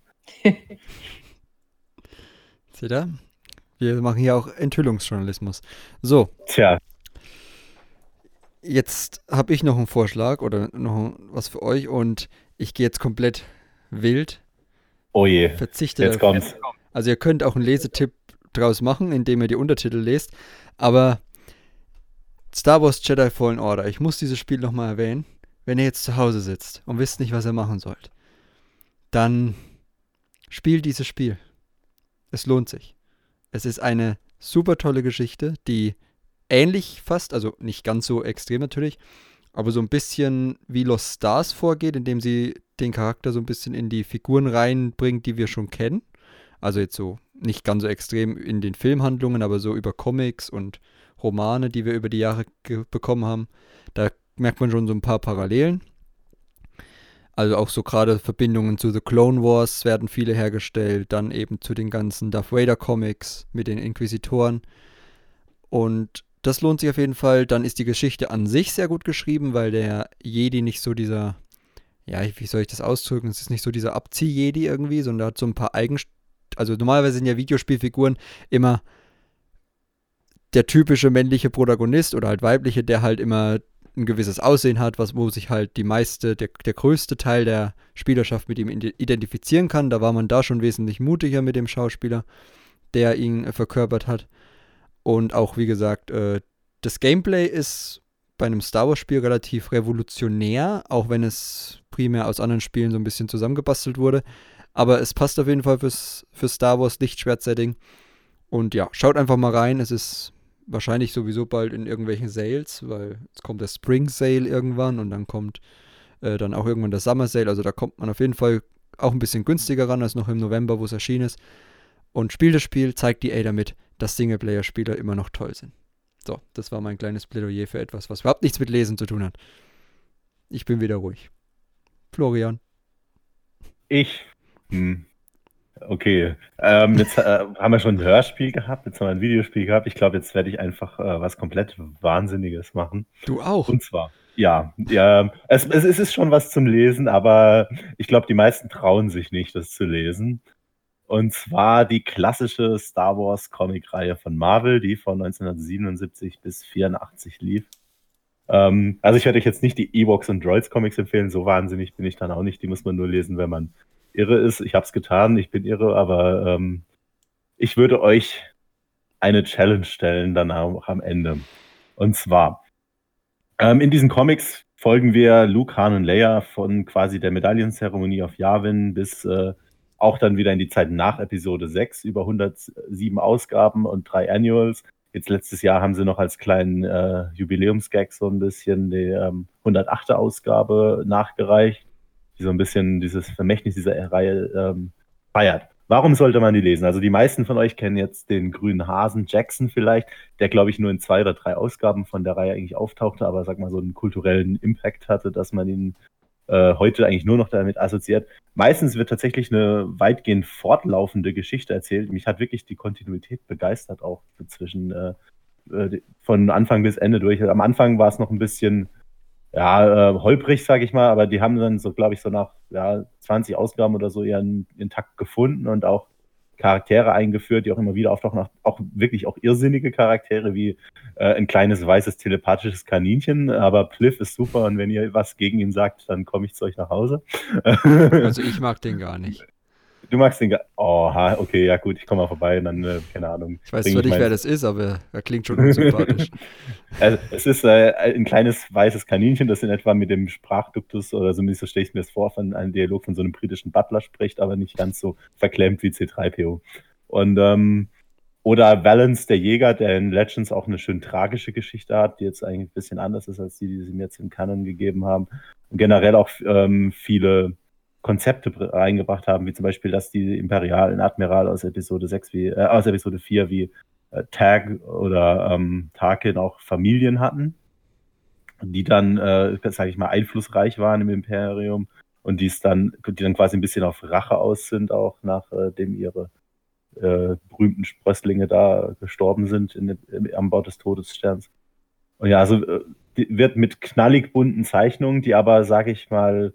Seht ihr? Wir machen hier auch Enthüllungsjournalismus. So. Tja. Jetzt habe ich noch einen Vorschlag oder noch was für euch und ich gehe jetzt komplett wild. Oh je. Verzichte jetzt kommt's. Also ihr könnt auch einen Lesetipp draus machen, indem ihr die Untertitel lest, aber Star Wars Jedi Fallen Order, ich muss dieses Spiel nochmal erwähnen. Wenn ihr jetzt zu Hause sitzt und wisst nicht, was ihr machen sollt, dann spielt dieses Spiel. Es lohnt sich. Es ist eine super tolle Geschichte, die ähnlich fast, also nicht ganz so extrem natürlich, aber so ein bisschen wie Lost Stars vorgeht, indem sie den Charakter so ein bisschen in die Figuren reinbringt, die wir schon kennen. Also jetzt so nicht ganz so extrem in den Filmhandlungen, aber so über Comics und Romane, die wir über die Jahre bekommen haben. Da merkt man schon so ein paar Parallelen. Also auch so gerade Verbindungen zu The Clone Wars werden viele hergestellt, dann eben zu den ganzen Darth Vader Comics mit den Inquisitoren. Und das lohnt sich auf jeden Fall. Dann ist die Geschichte an sich sehr gut geschrieben, weil der Jedi nicht so dieser, ja, wie soll ich das ausdrücken? Es ist nicht so dieser Abzieh-Jedi irgendwie, sondern hat so ein paar also normalerweise sind ja Videospielfiguren immer der typische männliche Protagonist oder halt weibliche, der halt immer ein gewisses Aussehen hat, wo sich halt der größte Teil der Spielerschaft mit ihm identifizieren kann. Da war man da schon wesentlich mutiger mit dem Schauspieler, der ihn verkörpert hat. Und auch, wie gesagt, das Gameplay ist bei einem Star Wars-Spiel relativ revolutionär, auch wenn es primär aus anderen Spielen so ein bisschen zusammengebastelt wurde. Aber es passt auf jeden Fall für Star Wars Lichtschwert-Setting. Und ja, schaut einfach mal rein. Es ist wahrscheinlich sowieso bald in irgendwelchen Sales, weil es kommt der Spring Sale irgendwann und dann kommt dann auch irgendwann der Summer Sale. Also da kommt man auf jeden Fall auch ein bisschen günstiger ran als noch im November, wo es erschienen ist. Und spielt das Spiel, zeigt EA damit, dass Singleplayer-Spieler immer noch toll sind. So, das war mein kleines Plädoyer für etwas, was überhaupt nichts mit Lesen zu tun hat. Ich bin wieder ruhig. Florian. Okay, jetzt haben wir schon ein Hörspiel gehabt, jetzt haben wir ein Videospiel gehabt. Ich glaube, jetzt werde ich einfach was komplett Wahnsinniges machen. Du auch? Und zwar, ja, es ist schon was zum Lesen, aber ich glaube, die meisten trauen sich nicht, das zu lesen. Und zwar die klassische Star Wars Comic-Reihe von Marvel, die von 1977 bis 1984 lief. Also ich werde euch jetzt nicht die Ewoks und Droids Comics empfehlen, so wahnsinnig bin ich dann auch nicht. Die muss man nur lesen, wenn man irre ist. Ich habe es getan, ich bin irre, aber ich würde euch eine Challenge stellen dann auch am Ende. Und zwar, In diesen Comics folgen wir Luke, Han und Leia von quasi der Medaillenzeremonie auf Yavin bis auch dann wieder in die Zeit nach Episode 6, über 107 Ausgaben und 3 Annuals. Jetzt letztes Jahr haben sie noch als kleinen Jubiläumsgag so ein bisschen die 108. Ausgabe nachgereicht, die so ein bisschen dieses Vermächtnis dieser Reihe feiert. Warum sollte man die lesen? Also die meisten von euch kennen jetzt den grünen Hasen Jackson vielleicht, der glaube ich nur in 2 oder 3 Ausgaben von der Reihe eigentlich auftauchte, aber sag mal so einen kulturellen Impact hatte, dass man ihn heute eigentlich nur noch damit assoziiert. Meistens wird tatsächlich eine weitgehend fortlaufende Geschichte erzählt. Mich hat wirklich die Kontinuität begeistert, auch zwischen von Anfang bis Ende durch. Am Anfang war es noch ein bisschen holprig, sage ich mal, aber die haben dann so, glaube ich, so nach 20 Ausgaben oder so ihren Takt gefunden und auch Charaktere eingeführt, die auch immer wieder auftauchen, auch wirklich auch irrsinnige Charaktere wie ein kleines weißes telepathisches Kaninchen, aber Pliff ist super und wenn ihr was gegen ihn sagt, dann komme ich zu euch nach Hause. Also ich mag den gar nicht. Du magst den gar nicht? Oh, okay, ja gut, ich komme mal vorbei und dann, keine Ahnung. Ich weiß zwar nicht, wer das ist, aber er klingt schon unsympathisch. Also, es ist ein kleines weißes Kaninchen, das in etwa mit dem Sprachduktus oder so stelle ich mir das vor, von einem Dialog von so einem britischen Butler spricht, aber nicht ganz so verklemmt wie C3PO. Und oder Valance, der Jäger, der in Legends auch eine schön tragische Geschichte hat, die jetzt eigentlich ein bisschen anders ist als die sie mir jetzt im Canon gegeben haben. Und generell auch viele Konzepte reingebracht haben, wie zum Beispiel, dass die imperialen Admiral aus Episode 4 wie Tag oder Tarkin auch Familien hatten, die dann, sage ich mal, einflussreich waren im Imperium und die dann quasi ein bisschen auf Rache aus sind, auch nachdem ihre berühmten Sprösslinge da gestorben sind am Bord des Todessterns. Und ja, also wird mit knallig bunten Zeichnungen, die aber, sage ich mal,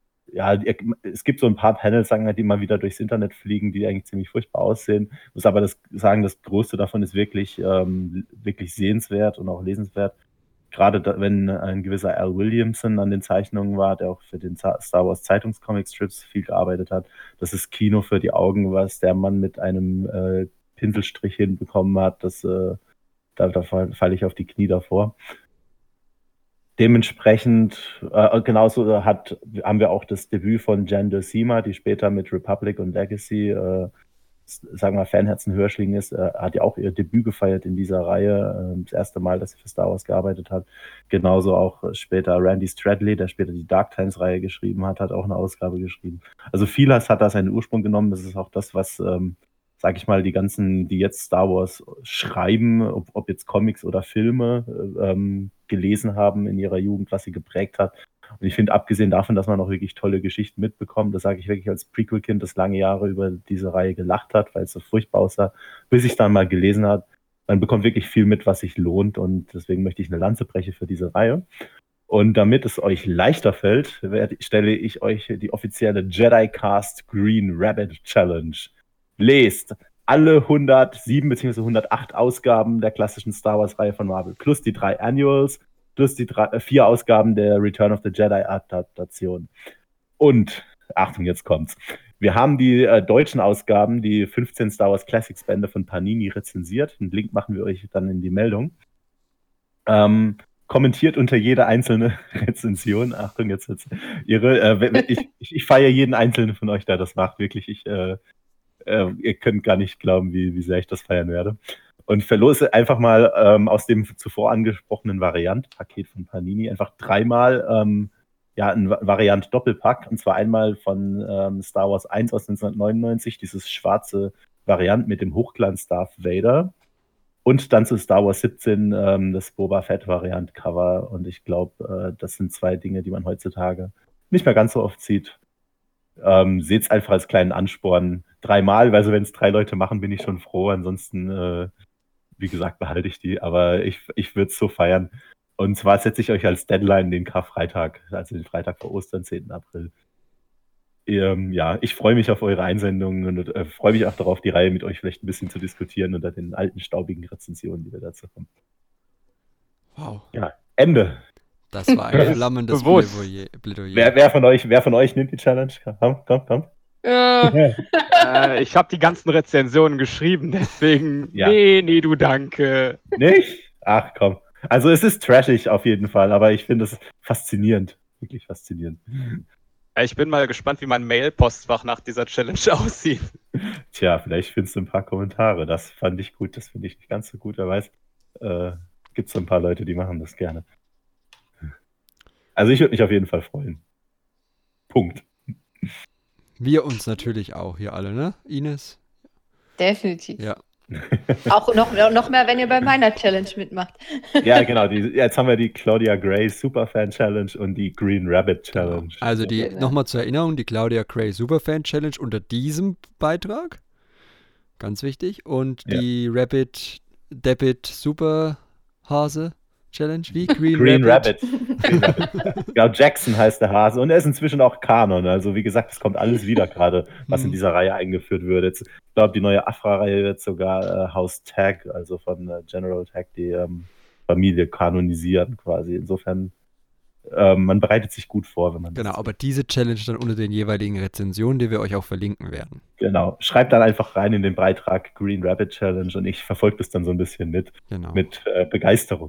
es gibt so ein paar Panels, die mal wieder durchs Internet fliegen, die eigentlich ziemlich furchtbar aussehen. Ich muss aber das Größte davon ist wirklich, wirklich sehenswert und auch lesenswert. Gerade wenn ein gewisser Al Williamson an den Zeichnungen war, der auch für den Star Wars Zeitungscomic-Strips viel gearbeitet hat. Das ist Kino für die Augen, was der Mann mit einem Pinselstrich hinbekommen hat. Da falle ich auf die Knie davor. Dementsprechend, genauso haben wir auch das Debüt von Jen Dosima, die später mit Republic und Legacy, sagen wir Fanherzen Hörschling ist, hat ja auch ihr Debüt gefeiert in dieser Reihe. Das erste Mal, dass sie für Star Wars gearbeitet hat. Genauso auch später Randy Stradley, der später die Dark Times-Reihe geschrieben hat auch eine Ausgabe geschrieben. Also vieles hat da seinen Ursprung genommen. Das ist auch das, was, sag ich mal, die ganzen, die jetzt Star Wars schreiben, ob jetzt Comics oder Filme, gelesen haben in ihrer Jugend, was sie geprägt hat. Und ich finde, abgesehen davon, dass man auch wirklich tolle Geschichten mitbekommt, das sage ich wirklich als Prequel-Kind, das lange Jahre über diese Reihe gelacht hat, weil es so furchtbar aussah, bis ich es dann mal gelesen habe. Man bekommt wirklich viel mit, was sich lohnt und deswegen möchte ich eine Lanze brechen für diese Reihe. Und damit es euch leichter fällt, stelle ich euch die offizielle Jedi Cast Green Rabbit Challenge. Lest alle 107 bzw. 108 Ausgaben der klassischen Star Wars-Reihe von Marvel, plus die 3 Annuals, plus die 4 Ausgaben der Return of the Jedi-Adaptation. Und, Achtung, jetzt kommt's. Wir haben die deutschen Ausgaben, die 15 Star Wars Classics-Bände von Panini rezensiert. Den Link machen wir euch dann in die Meldung. Kommentiert unter jede einzelne Rezension. Achtung, jetzt ich feiere jeden einzelnen von euch, der das macht. Wirklich, ihr könnt gar nicht glauben, wie sehr ich das feiern werde. Und verlose einfach mal aus dem zuvor angesprochenen Variant-Paket von Panini einfach 3-mal ein Variant-Doppelpack. Und zwar einmal von Star Wars 1 aus 1999, dieses schwarze Variant mit dem Hochglanz Darth Vader. Und dann zu Star Wars 17 das Boba Fett-Variant-Cover. Und ich glaube, das sind 2 Dinge, die man heutzutage nicht mehr ganz so oft sieht. Seht es einfach als kleinen Ansporn. 3-mal, weil wenn es 3 Leute machen, bin ich schon froh. Ansonsten, wie gesagt, behalte ich die. Aber ich würde es so feiern. Und zwar setze ich euch als Deadline den Karfreitag, also den Freitag vor Ostern, 10. April. Ich freue mich auf eure Einsendungen und freue mich auch darauf, die Reihe mit euch vielleicht ein bisschen zu diskutieren unter den alten, staubigen Rezensionen, die wir dazu haben. Wow. Ja, Ende. Das war ein flammendes Plädoyer. Wer von euch nimmt die Challenge? Komm. Ich habe die ganzen Rezensionen geschrieben, deswegen. Ja. Nee, du danke. Nicht? Ach komm. Also es ist trashig auf jeden Fall, aber ich finde es faszinierend. Wirklich faszinierend. Ich bin mal gespannt, wie mein Mail-Postfach nach dieser Challenge aussieht. Tja, vielleicht findest du ein paar Kommentare. Das fand ich gut, das finde ich nicht ganz so gut. Wer weiß, gibt es so ein paar Leute, die machen das gerne. Also ich würde mich auf jeden Fall freuen. Punkt. Wir uns natürlich auch hier alle, ne, Ines? Definitiv. Ja. Auch noch mehr, wenn ihr bei meiner Challenge mitmacht. Ja, genau. Jetzt haben wir die Claudia Gray Superfan Challenge und die Green Rabbit Challenge. Genau. Also nochmal zur Erinnerung, die Claudia Gray Superfan Challenge unter diesem Beitrag. Ganz wichtig. Und die Rabbit Debit Superhase Challenge, wie? Green Rabbit. Genau, Jackson heißt der Hase und er ist inzwischen auch Kanon. Also wie gesagt, es kommt alles wieder gerade, was in dieser Reihe eingeführt wird. Jetzt, ich glaube, die neue Afra-Reihe wird sogar House Tag, also von General Tag, die Familie kanonisieren quasi. Insofern, man bereitet sich gut vor, wenn man Genau, aber diese Challenge dann unter den jeweiligen Rezensionen, die wir euch auch verlinken werden. Genau, schreibt dann einfach rein in den Beitrag Green Rabbit Challenge und ich verfolge das dann so ein bisschen mit Begeisterung.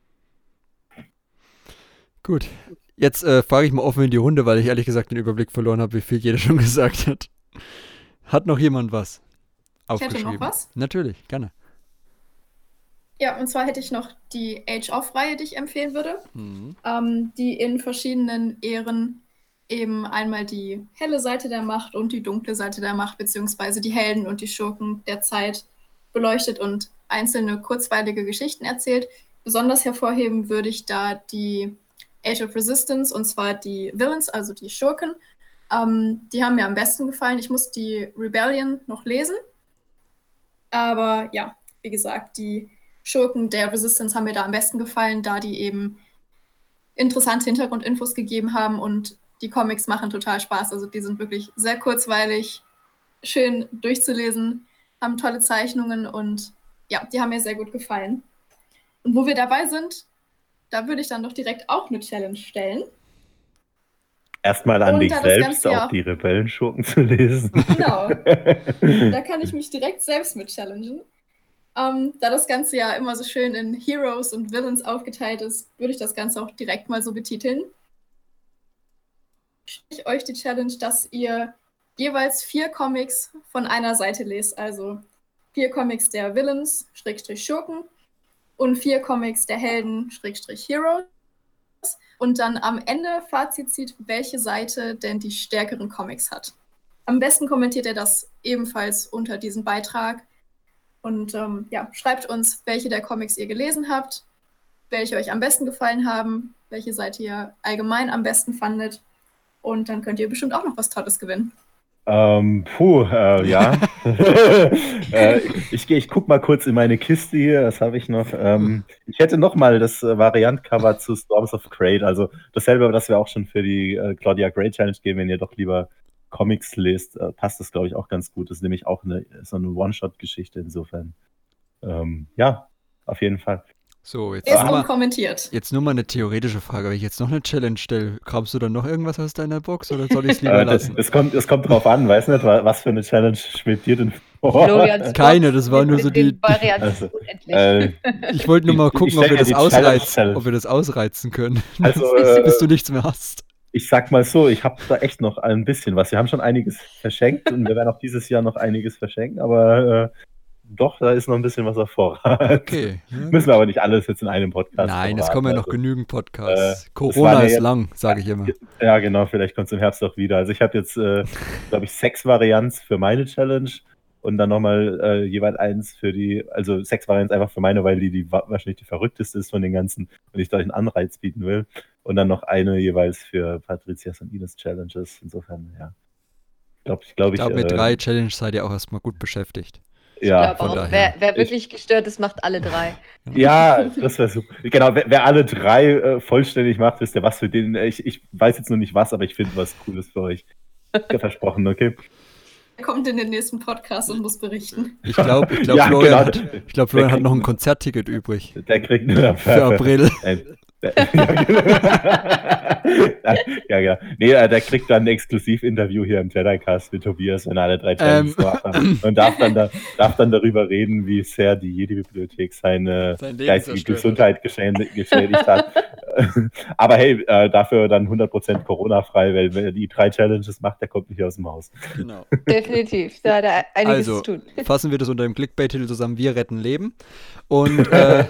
Gut, jetzt frage ich mal offen in die Runde, weil ich ehrlich gesagt den Überblick verloren habe, wie viel jeder schon gesagt hat. Hat noch jemand was aufgeschrieben? Ich hätte noch was? Natürlich, gerne. Ja, und zwar hätte ich noch die Age-of-Reihe, die ich empfehlen würde, die in verschiedenen Ehren eben einmal die helle Seite der Macht und die dunkle Seite der Macht, beziehungsweise die Helden und die Schurken der Zeit beleuchtet und einzelne kurzweilige Geschichten erzählt. Besonders hervorheben würde ich da die Age of Resistance, und zwar die Villains, also die Schurken. Die haben mir am besten gefallen. Ich muss die Rebellion noch lesen. Aber ja, wie gesagt, die Schurken der Resistance haben mir da am besten gefallen, da die eben interessante Hintergrundinfos gegeben haben und die Comics machen total Spaß. Also die sind wirklich sehr kurzweilig, schön durchzulesen, haben tolle Zeichnungen und ja, die haben mir sehr gut gefallen. Und wo wir dabei sind, da würde ich dann doch direkt auch eine Challenge stellen. Erstmal an dich selbst, auch die Rebellenschurken zu lesen. Genau. Da kann ich mich direkt selbst mit challengen. Da das Ganze ja immer so schön in Heroes und Villains aufgeteilt ist, würde ich das Ganze auch direkt mal so betiteln. Ich euch die Challenge, dass ihr jeweils 4 Comics von einer Seite lest. Also 4 Comics der Villains, /Schurken und 4 Comics der Helden, /Heroes. Und dann am Ende Fazit zieht, welche Seite denn die stärkeren Comics hat. Am besten kommentiert ihr das ebenfalls unter diesem Beitrag. Und schreibt uns, welche der Comics ihr gelesen habt, welche euch am besten gefallen haben, welche Seite ihr allgemein am besten fandet. Und dann könnt ihr bestimmt auch noch was Tolles gewinnen. Ja. Ich guck mal kurz in meine Kiste hier, das habe ich noch. Ich hätte noch mal das Variant-Cover zu Storms of Crate, also dasselbe, das wir auch schon für die Claudia Gray Challenge geben, wenn ihr doch lieber Comics lest, passt das, glaube ich, auch ganz gut. Das ist nämlich auch so eine One-Shot-Geschichte insofern. Ja, auf jeden Fall. So, jetzt nur mal eine theoretische Frage. Wenn ich jetzt noch eine Challenge stelle, kramst du dann noch irgendwas aus deiner Box oder soll ich es lieber lassen? Es kommt drauf an, weiß nicht, was für eine Challenge schwebt dir denn vor? Keine, das war nur so die... ich wollte nur mal gucken, ob wir das ausreizen können. Also, bis du nichts mehr hast. Ich sag mal so, ich habe da echt noch ein bisschen was. Wir haben schon einiges verschenkt und wir werden auch dieses Jahr noch einiges verschenken, aber doch, da ist noch ein bisschen was auf Vorrat. Okay. Ja. Müssen wir aber nicht alles jetzt in einem Podcast. Nein, es kommen ja noch genügend Podcasts. Corona ist lang, sage ich immer. Ja, genau, vielleicht kommt es im Herbst auch wieder. Also ich habe jetzt, glaube ich, 6 Varianten für meine Challenge und dann nochmal jeweils 1 für also 6 Varianten einfach für meine, weil die wahrscheinlich die verrückteste ist von den ganzen und ich da einen Anreiz bieten will. Und dann noch eine jeweils für Patrizias und Ines Challenges. Insofern, ja. Ich glaube, mit 3 Challenges seid ihr auch erstmal gut beschäftigt. Ja, ich glaube auch, wer wirklich gestört ist, macht alle 3. Ja, das wäre super. Genau, wer alle 3 vollständig macht, wisst ihr was für den. Ich weiß jetzt noch nicht was, aber ich finde was Cooles für euch. Versprochen, okay? Er kommt in den nächsten Podcast und muss berichten. Ich glaube, ja, Florian hat noch ein Konzertticket übrig. Der kriegt nur für April. Ja. Nee, der kriegt dann ein Exklusivinterview hier im Jedi-Cast mit Tobias, wenn er alle 3 Challenges gemacht hat. Und darf dann darüber reden, wie sehr die Jedi-Bibliothek seine geistige Gesundheit geschädigt hat. Aber hey, dafür dann 100% Corona-frei, weil wenn er die 3 Challenges macht, der kommt nicht aus dem Haus. Genau. Definitiv, da hat er einiges zu tun. Fassen wir das unter dem Clickbait-Titel zusammen, wir retten Leben. Und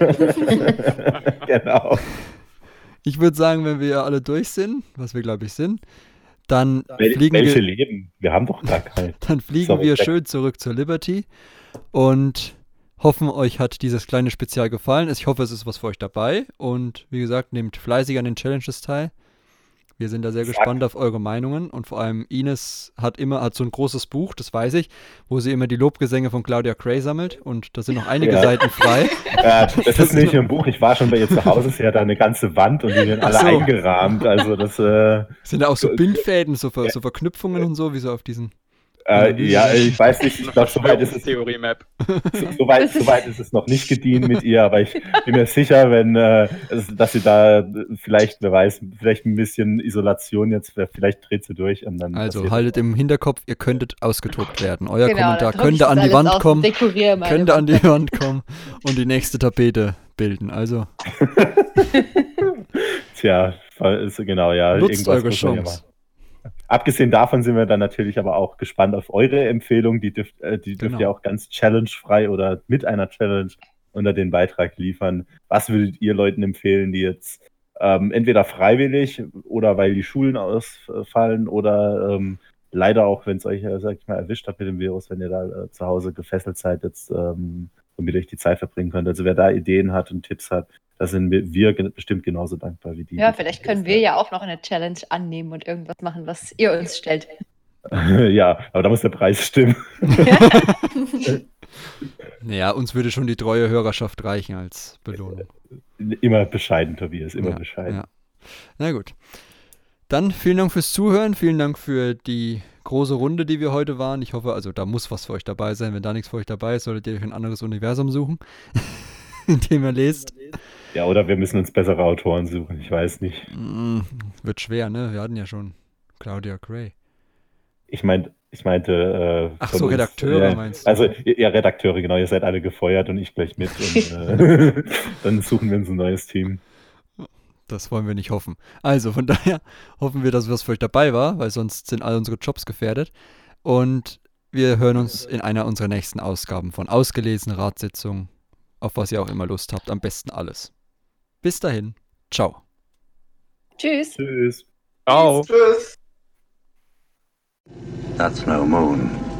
Genau. ich würde sagen, wenn wir alle durch sind, was wir glaube ich sind, dann fliegen welche wir... Leben? Wir haben doch gar keine. Dann fliegen wir schön zurück zur Liberty und hoffen, euch hat dieses kleine Spezial gefallen. Ich hoffe, es ist was für euch dabei. Und wie gesagt, nehmt fleißig an den Challenges teil. Wir sind da sehr gespannt auf eure Meinungen. Und vor allem Ines hat so ein großes Buch, das weiß ich, wo sie immer die Lobgesänge von Claudia Gray sammelt. Und da sind noch einige Seiten frei. Das ist nicht ein Buch. Ich war schon bei ihr zu Hause. Sie hat da eine ganze Wand und die werden alle eingerahmt. Also das sind da auch so Bindfäden, so Verknüpfungen und so, wie so auf diesen... ja, ich weiß nicht, ich glaube, soweit ist es Theorie-Map. Soweit ist es noch nicht gediehen mit ihr, aber ich bin mir sicher, dass sie da vielleicht, wer weiß, vielleicht ein bisschen Isolation jetzt, vielleicht dreht sie durch. Und dann also haltet im Hinterkopf, ihr könntet ausgedruckt werden. Euer Kommentar dann könnte an die Wand kommen, könnte an die Wand kommen und die nächste Tapete bilden. Also Tja, genau, ja. Nutzt eure Chance. Abgesehen davon sind wir dann natürlich aber auch gespannt auf eure Empfehlung. Die dürft ihr auch ganz challengefrei oder mit einer Challenge unter den Beitrag liefern. Was würdet ihr Leuten empfehlen, die jetzt entweder freiwillig oder weil die Schulen ausfallen oder leider auch, wenn es euch, sag ich mal, erwischt hat mit dem Virus, wenn ihr da zu Hause gefesselt seid, jetzt womit ihr euch die Zeit verbringen könnt. Also wer da Ideen hat und Tipps hat, da sind wir bestimmt genauso dankbar wie die. Ja, vielleicht können wir ja auch noch eine Challenge annehmen und irgendwas machen, was ihr uns stellt. Ja, aber da muss der Preis stimmen. Naja, uns würde schon die treue Hörerschaft reichen als Belohnung. Immer bescheiden, Tobias, immer bescheiden. Ja. Na gut. Dann vielen Dank fürs Zuhören, vielen Dank für die große Runde, die wir heute waren. Ich hoffe, also da muss was für euch dabei sein. Wenn da nichts für euch dabei ist, solltet ihr euch ein anderes Universum suchen, in dem ihr lest. Ja, oder wir müssen uns bessere Autoren suchen, ich weiß nicht. Wird schwer, ne? Wir hatten ja schon Claudia Gray. Ich meinte... Ach so, Redakteure meinst du? Also, ja, Redakteure, genau, ihr seid alle gefeuert und ich gleich mit. Und dann suchen wir uns ein neues Team. Das wollen wir nicht hoffen. Also, von daher hoffen wir, dass was für euch dabei war, weil sonst sind all unsere Jobs gefährdet. Und wir hören uns in einer unserer nächsten Ausgaben von Ausgelesen, Ratssitzung, auf was ihr auch immer Lust habt. Am besten alles. Bis dahin. Ciao. Tschüss. Tschüss. Ciao. Tschüss. That's no moon.